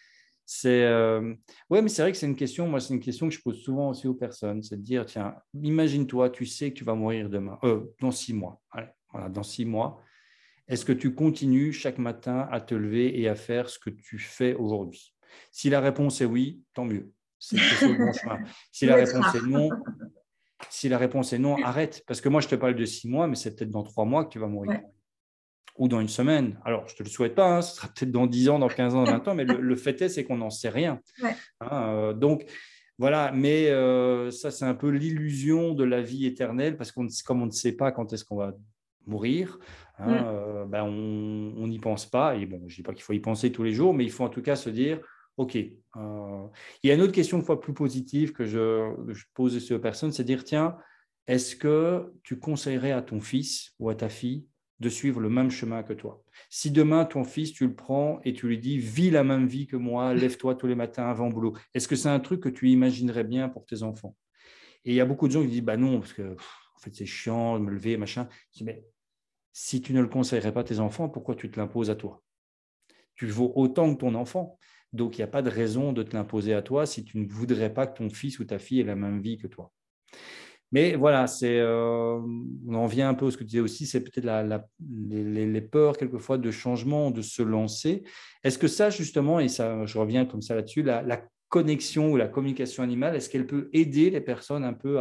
[SPEAKER 1] Ouais, mais c'est vrai que c'est une question, moi, c'est une question que je pose souvent aussi aux personnes, c'est de dire, tiens, imagine-toi, tu sais que tu vas mourir demain, dans 6 mois. Allez, voilà, dans 6 mois. Est-ce que tu continues chaque matin à te lever et à faire ce que tu fais aujourd'hui? Si la réponse est oui, tant mieux. C'est que tu es sur le bon chemin. Si
[SPEAKER 2] Ça
[SPEAKER 1] la
[SPEAKER 2] doit être
[SPEAKER 1] réponse est
[SPEAKER 2] rare.
[SPEAKER 1] non, arrête. Parce que moi, je te parle de 6 mois, mais c'est peut-être dans 3 mois que tu vas mourir.
[SPEAKER 2] Ouais.
[SPEAKER 1] Ou dans une semaine. Alors, je ne te le souhaite pas, hein, ce sera peut-être dans 10 ans, dans 15 ans, dans 20 ans, mais le fait est, c'est qu'on n'en sait rien.
[SPEAKER 2] Ouais.
[SPEAKER 1] Hein, donc, voilà, mais ça, c'est un peu l'illusion de la vie éternelle, parce que comme on ne sait pas quand est-ce qu'on va mourir, hein,
[SPEAKER 2] Mm.
[SPEAKER 1] ben on n'y pense pas. Et bon, je ne dis pas qu'il faut y penser tous les jours, mais il faut en tout cas se dire, OK. Il y a une autre question, une fois plus positive, que je pose aussi aux personnes, c'est de dire, tiens, est-ce que tu conseillerais à ton fils ou à ta fille de suivre le même chemin que toi? Si demain, ton fils, tu le prends et tu lui dis, vis la même vie que moi, lève-toi tous les matins avant le boulot, est-ce que c'est un truc que tu imaginerais bien pour tes enfants? Et il y a beaucoup de gens qui disent, bah non, parce que en fait, c'est chiant de me lever, machin. Je dis, mais si tu ne le conseillerais pas à tes enfants, pourquoi tu te l'imposes à toi? Tu vaux autant que ton enfant. Donc, il n'y a pas de raison de te l'imposer à toi si tu ne voudrais pas que ton fils ou ta fille ait la même vie que toi. Mais voilà, on en vient un peu à ce que tu disais aussi, c'est peut-être les peurs quelquefois de changement, de se lancer. Est-ce que ça, justement, et ça, je reviens comme ça là-dessus, la connexion ou la communication animale, est-ce qu'elle peut aider les personnes un peu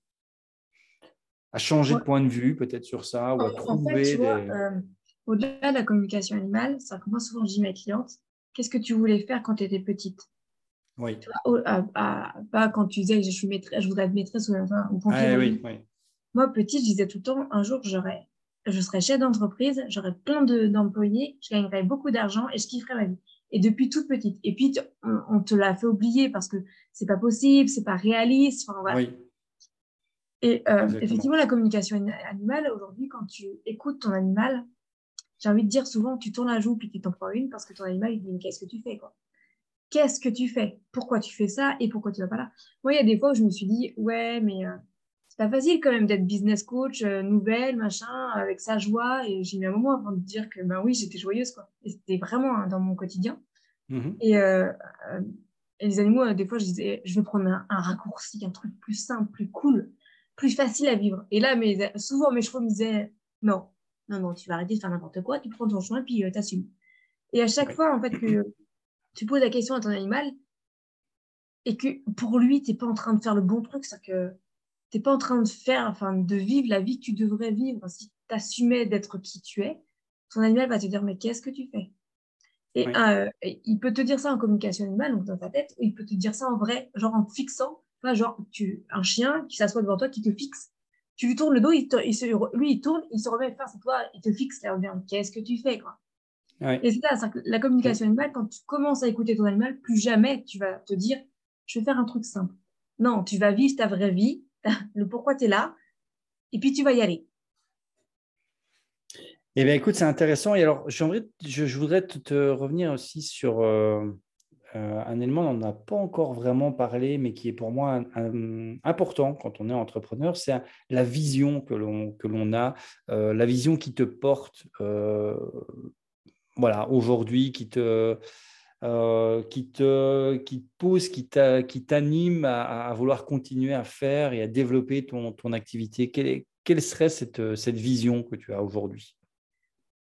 [SPEAKER 1] à changer de
[SPEAKER 2] Ouais.
[SPEAKER 1] point de vue peut-être sur ça ou à
[SPEAKER 2] En fait, tu
[SPEAKER 1] trouver
[SPEAKER 2] vois,
[SPEAKER 1] des…
[SPEAKER 2] au-delà de la communication animale, ça commence souvent, je dis à mes clientes, qu'est-ce que tu voulais faire quand tu étais petite?
[SPEAKER 1] Oui.
[SPEAKER 2] Pas quand tu disais que je suis maîtresse, je voudrais être maîtresse ou pompier
[SPEAKER 1] Ah, oui,
[SPEAKER 2] volontaire.
[SPEAKER 1] oui.
[SPEAKER 2] Moi, petite, je disais tout le temps, un jour, je serais chef d'entreprise, j'aurais plein d'employés, je gagnerais beaucoup d'argent et je kifferais ma vie. Et depuis toute petite. Et puis, on te l'a fait oublier parce que c'est pas possible, c'est pas réaliste. Enfin, voilà.
[SPEAKER 1] Oui,
[SPEAKER 2] Et effectivement,
[SPEAKER 1] exactement.
[SPEAKER 2] la communication animale, aujourd'hui, quand tu écoutes ton animal, j'ai envie de dire souvent, tu tournes la joue puis tu t'en prends une parce que ton animal, il dit, mais qu'est-ce que tu fais, quoi? Qu'est-ce que tu fais? Pourquoi tu fais ça et pourquoi tu vas pas là? Moi, il y a des fois où je me suis dit, ouais, mais c'est pas facile quand même d'être business coach, nouvelle, machin, avec sa joie. Et j'ai mis un moment avant de dire que, ben oui, j'étais joyeuse, quoi. Et c'était vraiment hein, dans mon quotidien.
[SPEAKER 1] Mhm.
[SPEAKER 2] Et, euh, et les animaux, des fois, je disais, je vais prendre un raccourci, un truc plus simple, plus cool, plus facile à vivre. Et là, souvent, mes chevaux me disaient, non, non, non, tu vas arrêter de faire n'importe quoi, tu prends ton chemin, puis t'assumes. Et à chaque
[SPEAKER 1] Oui,
[SPEAKER 2] fois, en fait, que tu poses la question à ton animal et que pour lui, t'es pas en train de faire le bon truc, c'est que t'es pas en train de faire, enfin, de vivre la vie que tu devrais vivre si tu assumais d'être qui tu es, ton animal va te dire, mais qu'est-ce que tu fais?
[SPEAKER 1] oui,
[SPEAKER 2] Et il peut te dire ça en communication animale, donc dans ta tête, ou il peut te dire ça en vrai, genre en te fixant, pas genre un chien qui s'assoit devant toi, qui te fixe. Tu lui tournes le dos, lui, il tourne, il se remet face à toi, il te fixe, là, on dit, qu'est-ce que tu fais, quoi?
[SPEAKER 1] oui.
[SPEAKER 2] Et c'est ça, c'est que la communication animale, quand tu commences à écouter ton animal, plus jamais tu vas te dire, je vais faire un truc simple. Non, tu vas vivre ta vraie vie, le pourquoi tu es là, et puis tu vas y aller.
[SPEAKER 1] Eh bien, écoute, c'est intéressant. Et alors, je voudrais te revenir aussi sur un élément dont on n'a pas encore vraiment parlé, mais qui est pour moi important quand on est entrepreneur, c'est la vision que l'on a, la vision qui te porte voilà, aujourd'hui, qui te pousse, qui t'anime à vouloir continuer à faire et à développer ton activité. Quelle serait cette vision que tu as aujourd'hui?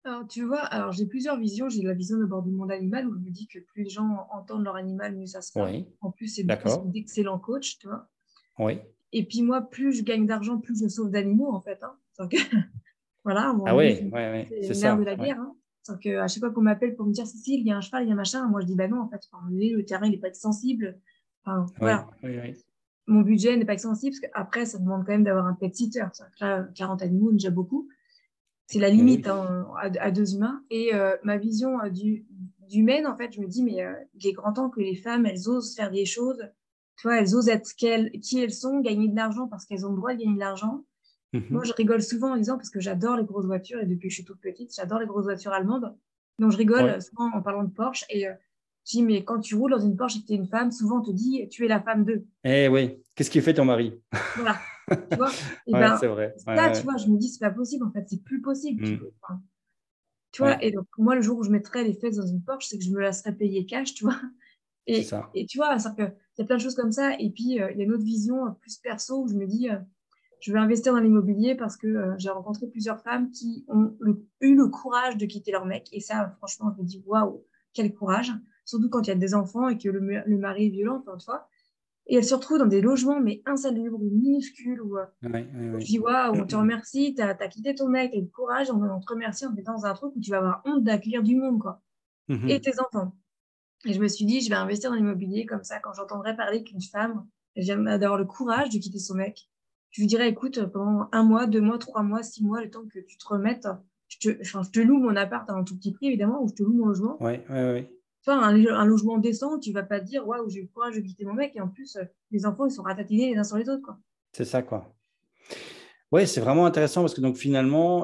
[SPEAKER 2] Alors, tu vois, alors j'ai plusieurs visions. J'ai la vision d'abord du monde animal où je me dis que plus les gens entendent leur animal, mieux ça sera.
[SPEAKER 3] Oui,
[SPEAKER 2] En plus, c'est
[SPEAKER 3] d'accord.
[SPEAKER 2] d'excellents coachs, tu vois.
[SPEAKER 3] Oui.
[SPEAKER 2] Et puis moi, plus je gagne d'argent, plus je sauve d'animaux, en fait. Hein. Donc, voilà, à un moment
[SPEAKER 3] Ah
[SPEAKER 2] donné,
[SPEAKER 3] oui, oui, oui,
[SPEAKER 2] c'est
[SPEAKER 3] c'est
[SPEAKER 2] le nerf de
[SPEAKER 3] ça.
[SPEAKER 2] la
[SPEAKER 3] Oui,
[SPEAKER 2] guerre. Hein. Donc, à chaque fois qu'on m'appelle pour me dire, Cécile, il y a un cheval, il y a machin, moi je dis, bah non, en fait, enfin, le terrain, il n'est pas extensible. Enfin,
[SPEAKER 3] oui,
[SPEAKER 2] voilà.
[SPEAKER 3] oui, oui.
[SPEAKER 2] Mon budget n'est pas extensible parce qu'après, ça demande quand même d'avoir un pet sitter. C'est-à-dire que là, 40 animaux, déjà beaucoup. C'est la
[SPEAKER 3] Eh
[SPEAKER 2] limite
[SPEAKER 3] oui.
[SPEAKER 2] hein, à deux humains. Et ma vision d'humaine, en fait, je me dis, mais il est grand temps que les femmes, elles osent faire des choses. Tu vois, elles osent être qui elles sont, gagner de l'argent parce qu'elles ont le droit de gagner de l'argent. Moi, je
[SPEAKER 3] Mhm.
[SPEAKER 2] rigole souvent en disant, parce que j'adore les grosses voitures, et depuis que je suis toute petite, j'adore les grosses voitures allemandes. Donc, je
[SPEAKER 3] Oui.
[SPEAKER 2] rigole souvent en parlant de Porsche. Et je dis, mais quand tu roules dans une Porsche et que tu es une femme, souvent on te dit, tu es la femme d'eux.
[SPEAKER 3] Eh oui. Qu'est-ce qui fait ton mari?
[SPEAKER 2] Voilà. Tu vois? Et
[SPEAKER 3] Ouais, c'est
[SPEAKER 2] ben,
[SPEAKER 3] vrai. Ouais,
[SPEAKER 2] ça, tu
[SPEAKER 3] ouais.
[SPEAKER 2] vois, je me dis, c'est pas possible, en fait, c'est plus possible.
[SPEAKER 3] Mm.
[SPEAKER 2] Enfin, tu vois,
[SPEAKER 3] Ouais,
[SPEAKER 2] et donc, moi, le jour où je mettrais les fesses dans une Porsche, c'est que je me laisserais payer cash, tu vois.
[SPEAKER 3] c'est ça.
[SPEAKER 2] Et tu vois, c'est que il y a plein de choses comme ça. Et puis, il y a une autre vision plus perso où je me dis, je vais investir dans l'immobilier parce que j'ai rencontré plusieurs femmes qui ont eu le courage de quitter leur mec. Et ça, franchement, je me dis, waouh, quel courage. Surtout quand il y a des enfants et que le mari est violent, encore une fois. Et elles se retrouvent dans des logements, mais insalubres, minuscules,
[SPEAKER 3] Ouais,
[SPEAKER 2] où je
[SPEAKER 3] ouais,
[SPEAKER 2] dis, waouh, on te
[SPEAKER 3] ouais.
[SPEAKER 2] remercie, t'as quitté ton mec, et le courage, on te remercie, on te met dans un truc où tu vas avoir honte d'accueillir du monde, quoi. Et
[SPEAKER 3] Mhm.
[SPEAKER 2] tes enfants. Et je me suis dit, je vais investir dans l'immobilier comme ça, quand j'entendrai parler qu'une femme elle vient d'avoir le courage de quitter son mec, je lui dirais, écoute, pendant un mois, 2 mois, 3 mois, 6 mois, le temps que tu te remettes, enfin, je te loue mon appart à un tout petit prix, évidemment, ou je te loue mon logement.
[SPEAKER 3] Ouais, ouais, ouais.
[SPEAKER 2] Tu vois, un logement décent, tu vas pas te dire, waouh, j'ai eu le courage de quitter mon mec, et en plus, les enfants, ils sont ratatinés les uns sur les autres, quoi.
[SPEAKER 3] C'est ça, quoi. Ouais, c'est vraiment intéressant parce que donc finalement,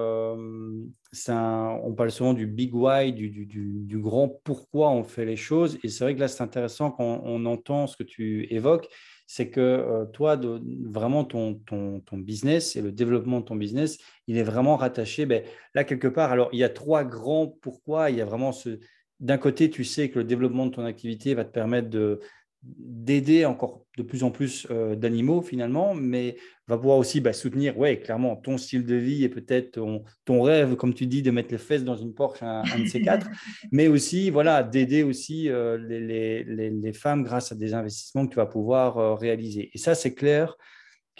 [SPEAKER 3] on parle souvent du big why, du grand pourquoi on fait les choses. Et c'est vrai que là, c'est intéressant quand on entend ce que tu évoques, c'est que toi, vraiment, ton business et le développement de ton business, il est vraiment rattaché. Ben, là, quelque part, alors, il y a trois grands pourquoi. Il y a vraiment d'un côté, tu sais que le développement de ton activité va te permettre d'aider encore de plus en plus d'animaux finalement, mais va pouvoir aussi soutenir, ouais, clairement, ton style de vie et peut-être ton rêve, comme tu dis, de mettre les fesses dans une Porsche, un de ces quatre, mais aussi, voilà, d'aider aussi les femmes grâce à des investissements que tu vas pouvoir réaliser. Et ça, c'est clair que,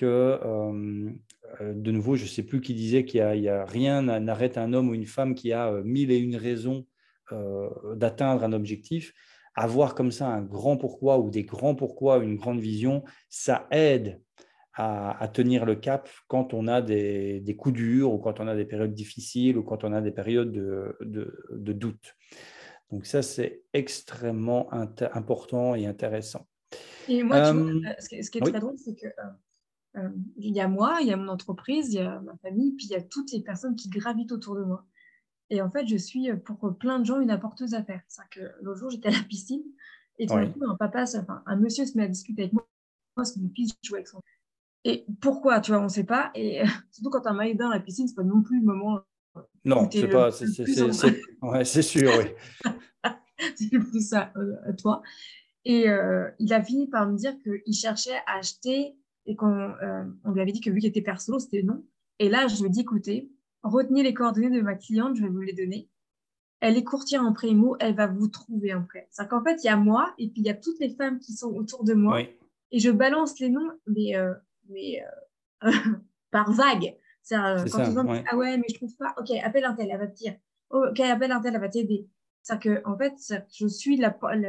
[SPEAKER 3] de nouveau, je ne sais plus qui disait il y a rien n'arrête un homme ou une femme qui a mille et une raisons d'atteindre un objectif. Avoir comme ça un grand pourquoi ou des grands pourquoi, une grande vision, ça aide à tenir le cap quand on a des coups durs ou quand on a des périodes difficiles ou quand on a des périodes de doute. Donc ça, c'est extrêmement important et intéressant.
[SPEAKER 2] Et moi, tu vois,
[SPEAKER 3] Euh,
[SPEAKER 2] ce qui est
[SPEAKER 3] oui,
[SPEAKER 2] très drôle, c'est que il y a moi, il y a mon entreprise, il y a ma famille, puis il y a toutes les personnes qui gravitent autour de moi. Et en fait, je suis pour plein de gens une apporteuse à faire. C'est-à-dire que l'autre jour, j'étais à la piscine et tout d'un
[SPEAKER 3] oui.
[SPEAKER 2] coup, un monsieur se met à discuter avec moi parce que mon fils joue avec son. Et pourquoi, tu vois, on ne sait pas. Et surtout quand tu as un maillot de bain à la piscine, c'est pas non plus le moment où
[SPEAKER 3] Non,
[SPEAKER 2] tu es
[SPEAKER 3] c'est pas,
[SPEAKER 2] le plus en.
[SPEAKER 3] ouais, c'est sûr, oui.
[SPEAKER 2] C'est le plus ça, toi. Et il a fini par me dire qu'il cherchait à acheter et on lui avait dit que vu qu'il était perso, c'était non. Et là, je lui ai dit, écoutez, retenez les coordonnées de ma cliente, je vais vous les donner. Elle est courtière en primo, elle va vous trouver en prêt. C'est-à-dire qu'en fait, il y a moi et puis il y a toutes les femmes qui sont autour de moi
[SPEAKER 3] Oui,
[SPEAKER 2] et je balance les noms, mais par vague.
[SPEAKER 3] c'est
[SPEAKER 2] Quand les
[SPEAKER 3] ça,
[SPEAKER 2] gens me disent,
[SPEAKER 3] ouais.
[SPEAKER 2] ah ouais, mais je trouve pas, ok, appelle un tel, elle va te dire. Oh, ok, appelle un tel, elle va t'aider. C'est-à-dire que, en fait, je suis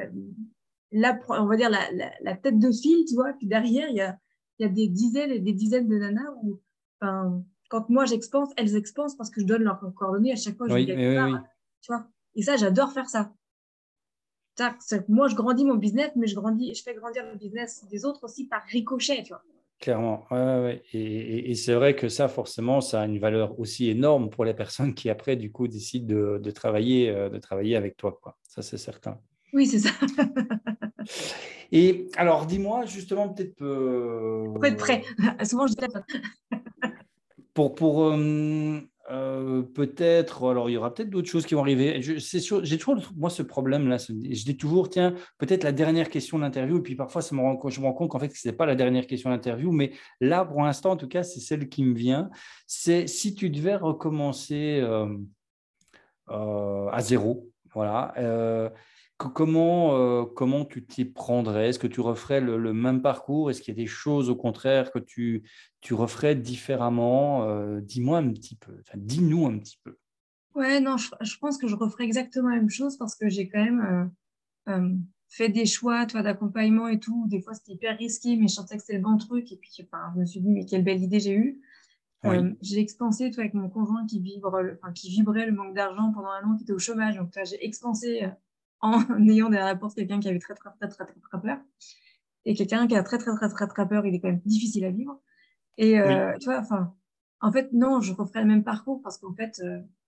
[SPEAKER 2] on va dire la tête de file, tu vois, puis derrière, il y a des dizaines et des dizaines de nanas où, enfin, quand moi j'expense, elles expensent parce que je donne leurs coordonnées à chaque fois que je vais
[SPEAKER 3] Oui,
[SPEAKER 2] quelque
[SPEAKER 3] oui, oui,
[SPEAKER 2] part,
[SPEAKER 3] oui,
[SPEAKER 2] tu vois. Et ça, j'adore faire ça. Moi, je grandis mon business, mais je fais grandir le business des autres aussi par ricochet, tu vois.
[SPEAKER 3] clairement. Ouais, ouais, ouais. Et c'est vrai que ça, forcément, ça a une valeur aussi énorme pour les personnes qui, après, du coup, décident de travailler avec toi, quoi. Ça, c'est certain.
[SPEAKER 2] Oui, c'est ça.
[SPEAKER 3] Et alors, dis-moi, justement, peut-être
[SPEAKER 2] Faut être prêt. Souvent, je dis ça.
[SPEAKER 3] pour peut-être, alors il y aura peut-être d'autres choses qui vont arriver. C'est sûr, j'ai toujours, moi, ce problème-là. Je dis toujours, tiens, peut-être la dernière question de l'interview. Et puis parfois, je me rends compte qu'en fait, ce n'est pas la dernière question de l'interview. Mais là, pour l'instant, en tout cas, c'est celle qui me vient. C'est si tu devais recommencer à zéro. Voilà. Comment tu t'y prendrais? Est-ce que tu referais le même parcours? Est-ce qu'il y a des choses au contraire que tu referais différemment? Dis-moi un petit peu, enfin, dis-nous un petit peu.
[SPEAKER 2] Ouais, non, je pense que je referais exactement la même chose parce que j'ai quand même fait des choix, tu vois, d'accompagnement et tout. Des fois, c'était hyper risqué, mais je sentais que c'était le bon truc. Et puis, enfin, je me suis dit, mais quelle belle idée j'ai eue.
[SPEAKER 3] Oui.
[SPEAKER 2] J'ai expansé, toi, avec mon conjoint qui vibrait le manque d'argent pendant un an, qui était au chômage. Donc, toi, j'ai expansé en ayant derrière la porte quelqu'un qui avait très, très, très, très, très, très peur. Et quelqu'un qui a très, très, très, très, très peur, il est quand même difficile à vivre. Et
[SPEAKER 3] Oui.
[SPEAKER 2] tu vois, enfin, en fait, non, je referais le même parcours parce qu'en fait,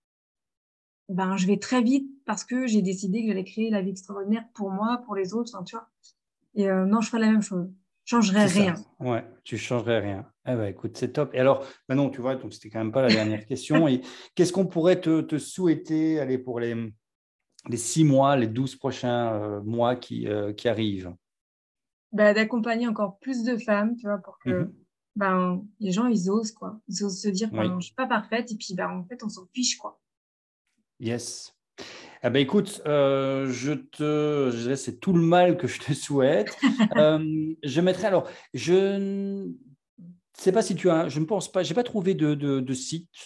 [SPEAKER 2] ben, je vais très vite parce que j'ai décidé que j'allais créer la vie extraordinaire pour moi, pour les autres, enfin, tu vois. Et non, je ferais la même chose. Je changerais
[SPEAKER 3] C'est ça,
[SPEAKER 2] rien.
[SPEAKER 3] ouais, tu changerais rien. Eh ben, écoute, c'est top. Et alors, maintenant, tu vois, donc c'était quand même pas la dernière question. Et qu'est-ce qu'on pourrait te souhaiter, allez, pour les 6 mois, les 12 prochains mois qui arrivent?
[SPEAKER 2] Bah, d'accompagner encore plus de femmes, tu vois, pour que
[SPEAKER 3] Mhm.
[SPEAKER 2] ben, les gens, ils osent, quoi. Ils osent se dire, ben,
[SPEAKER 3] Oui,
[SPEAKER 2] je suis pas parfaite, et puis, ben, en fait, on s'en fiche, quoi.
[SPEAKER 3] yes. Eh ben, écoute, je dirais, c'est tout le mal que je te souhaite. Je mettrai, alors, je ne sais pas si tu as, je ne pense pas, j'ai pas trouvé de site,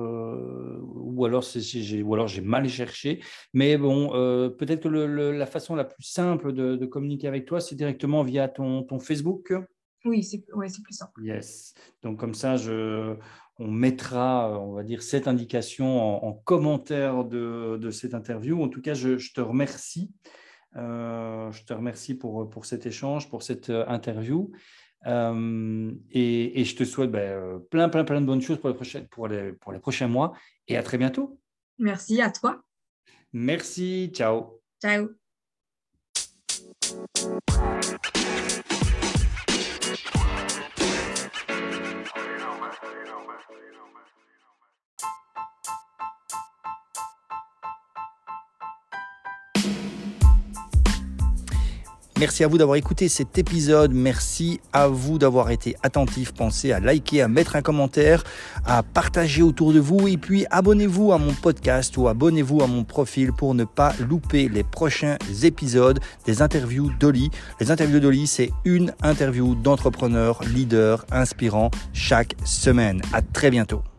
[SPEAKER 3] ou alors ou alors j'ai mal cherché. Mais bon, peut-être que la façon la plus simple de communiquer avec toi, c'est directement via ton Facebook.
[SPEAKER 2] Oui, ouais, c'est plus simple.
[SPEAKER 3] Yes. Donc comme ça, on mettra, on va dire, cette indication en commentaire de cette interview. En tout cas, je te remercie. Je te remercie pour cet échange, pour cette interview. Et je te souhaite plein de bonnes choses pour les prochains mois. Et à très bientôt.
[SPEAKER 2] Merci à toi.
[SPEAKER 3] Merci. Ciao.
[SPEAKER 2] Ciao.
[SPEAKER 1] Merci à vous d'avoir écouté cet épisode. Merci à vous d'avoir été attentifs. Pensez à liker, à mettre un commentaire, à partager autour de vous. Et puis abonnez-vous à mon podcast ou abonnez-vous à mon profil pour ne pas louper les prochains épisodes des interviews d'Oli. Les interviews d'Oli, c'est une interview d'entrepreneur, leader, inspirant chaque semaine. À très bientôt.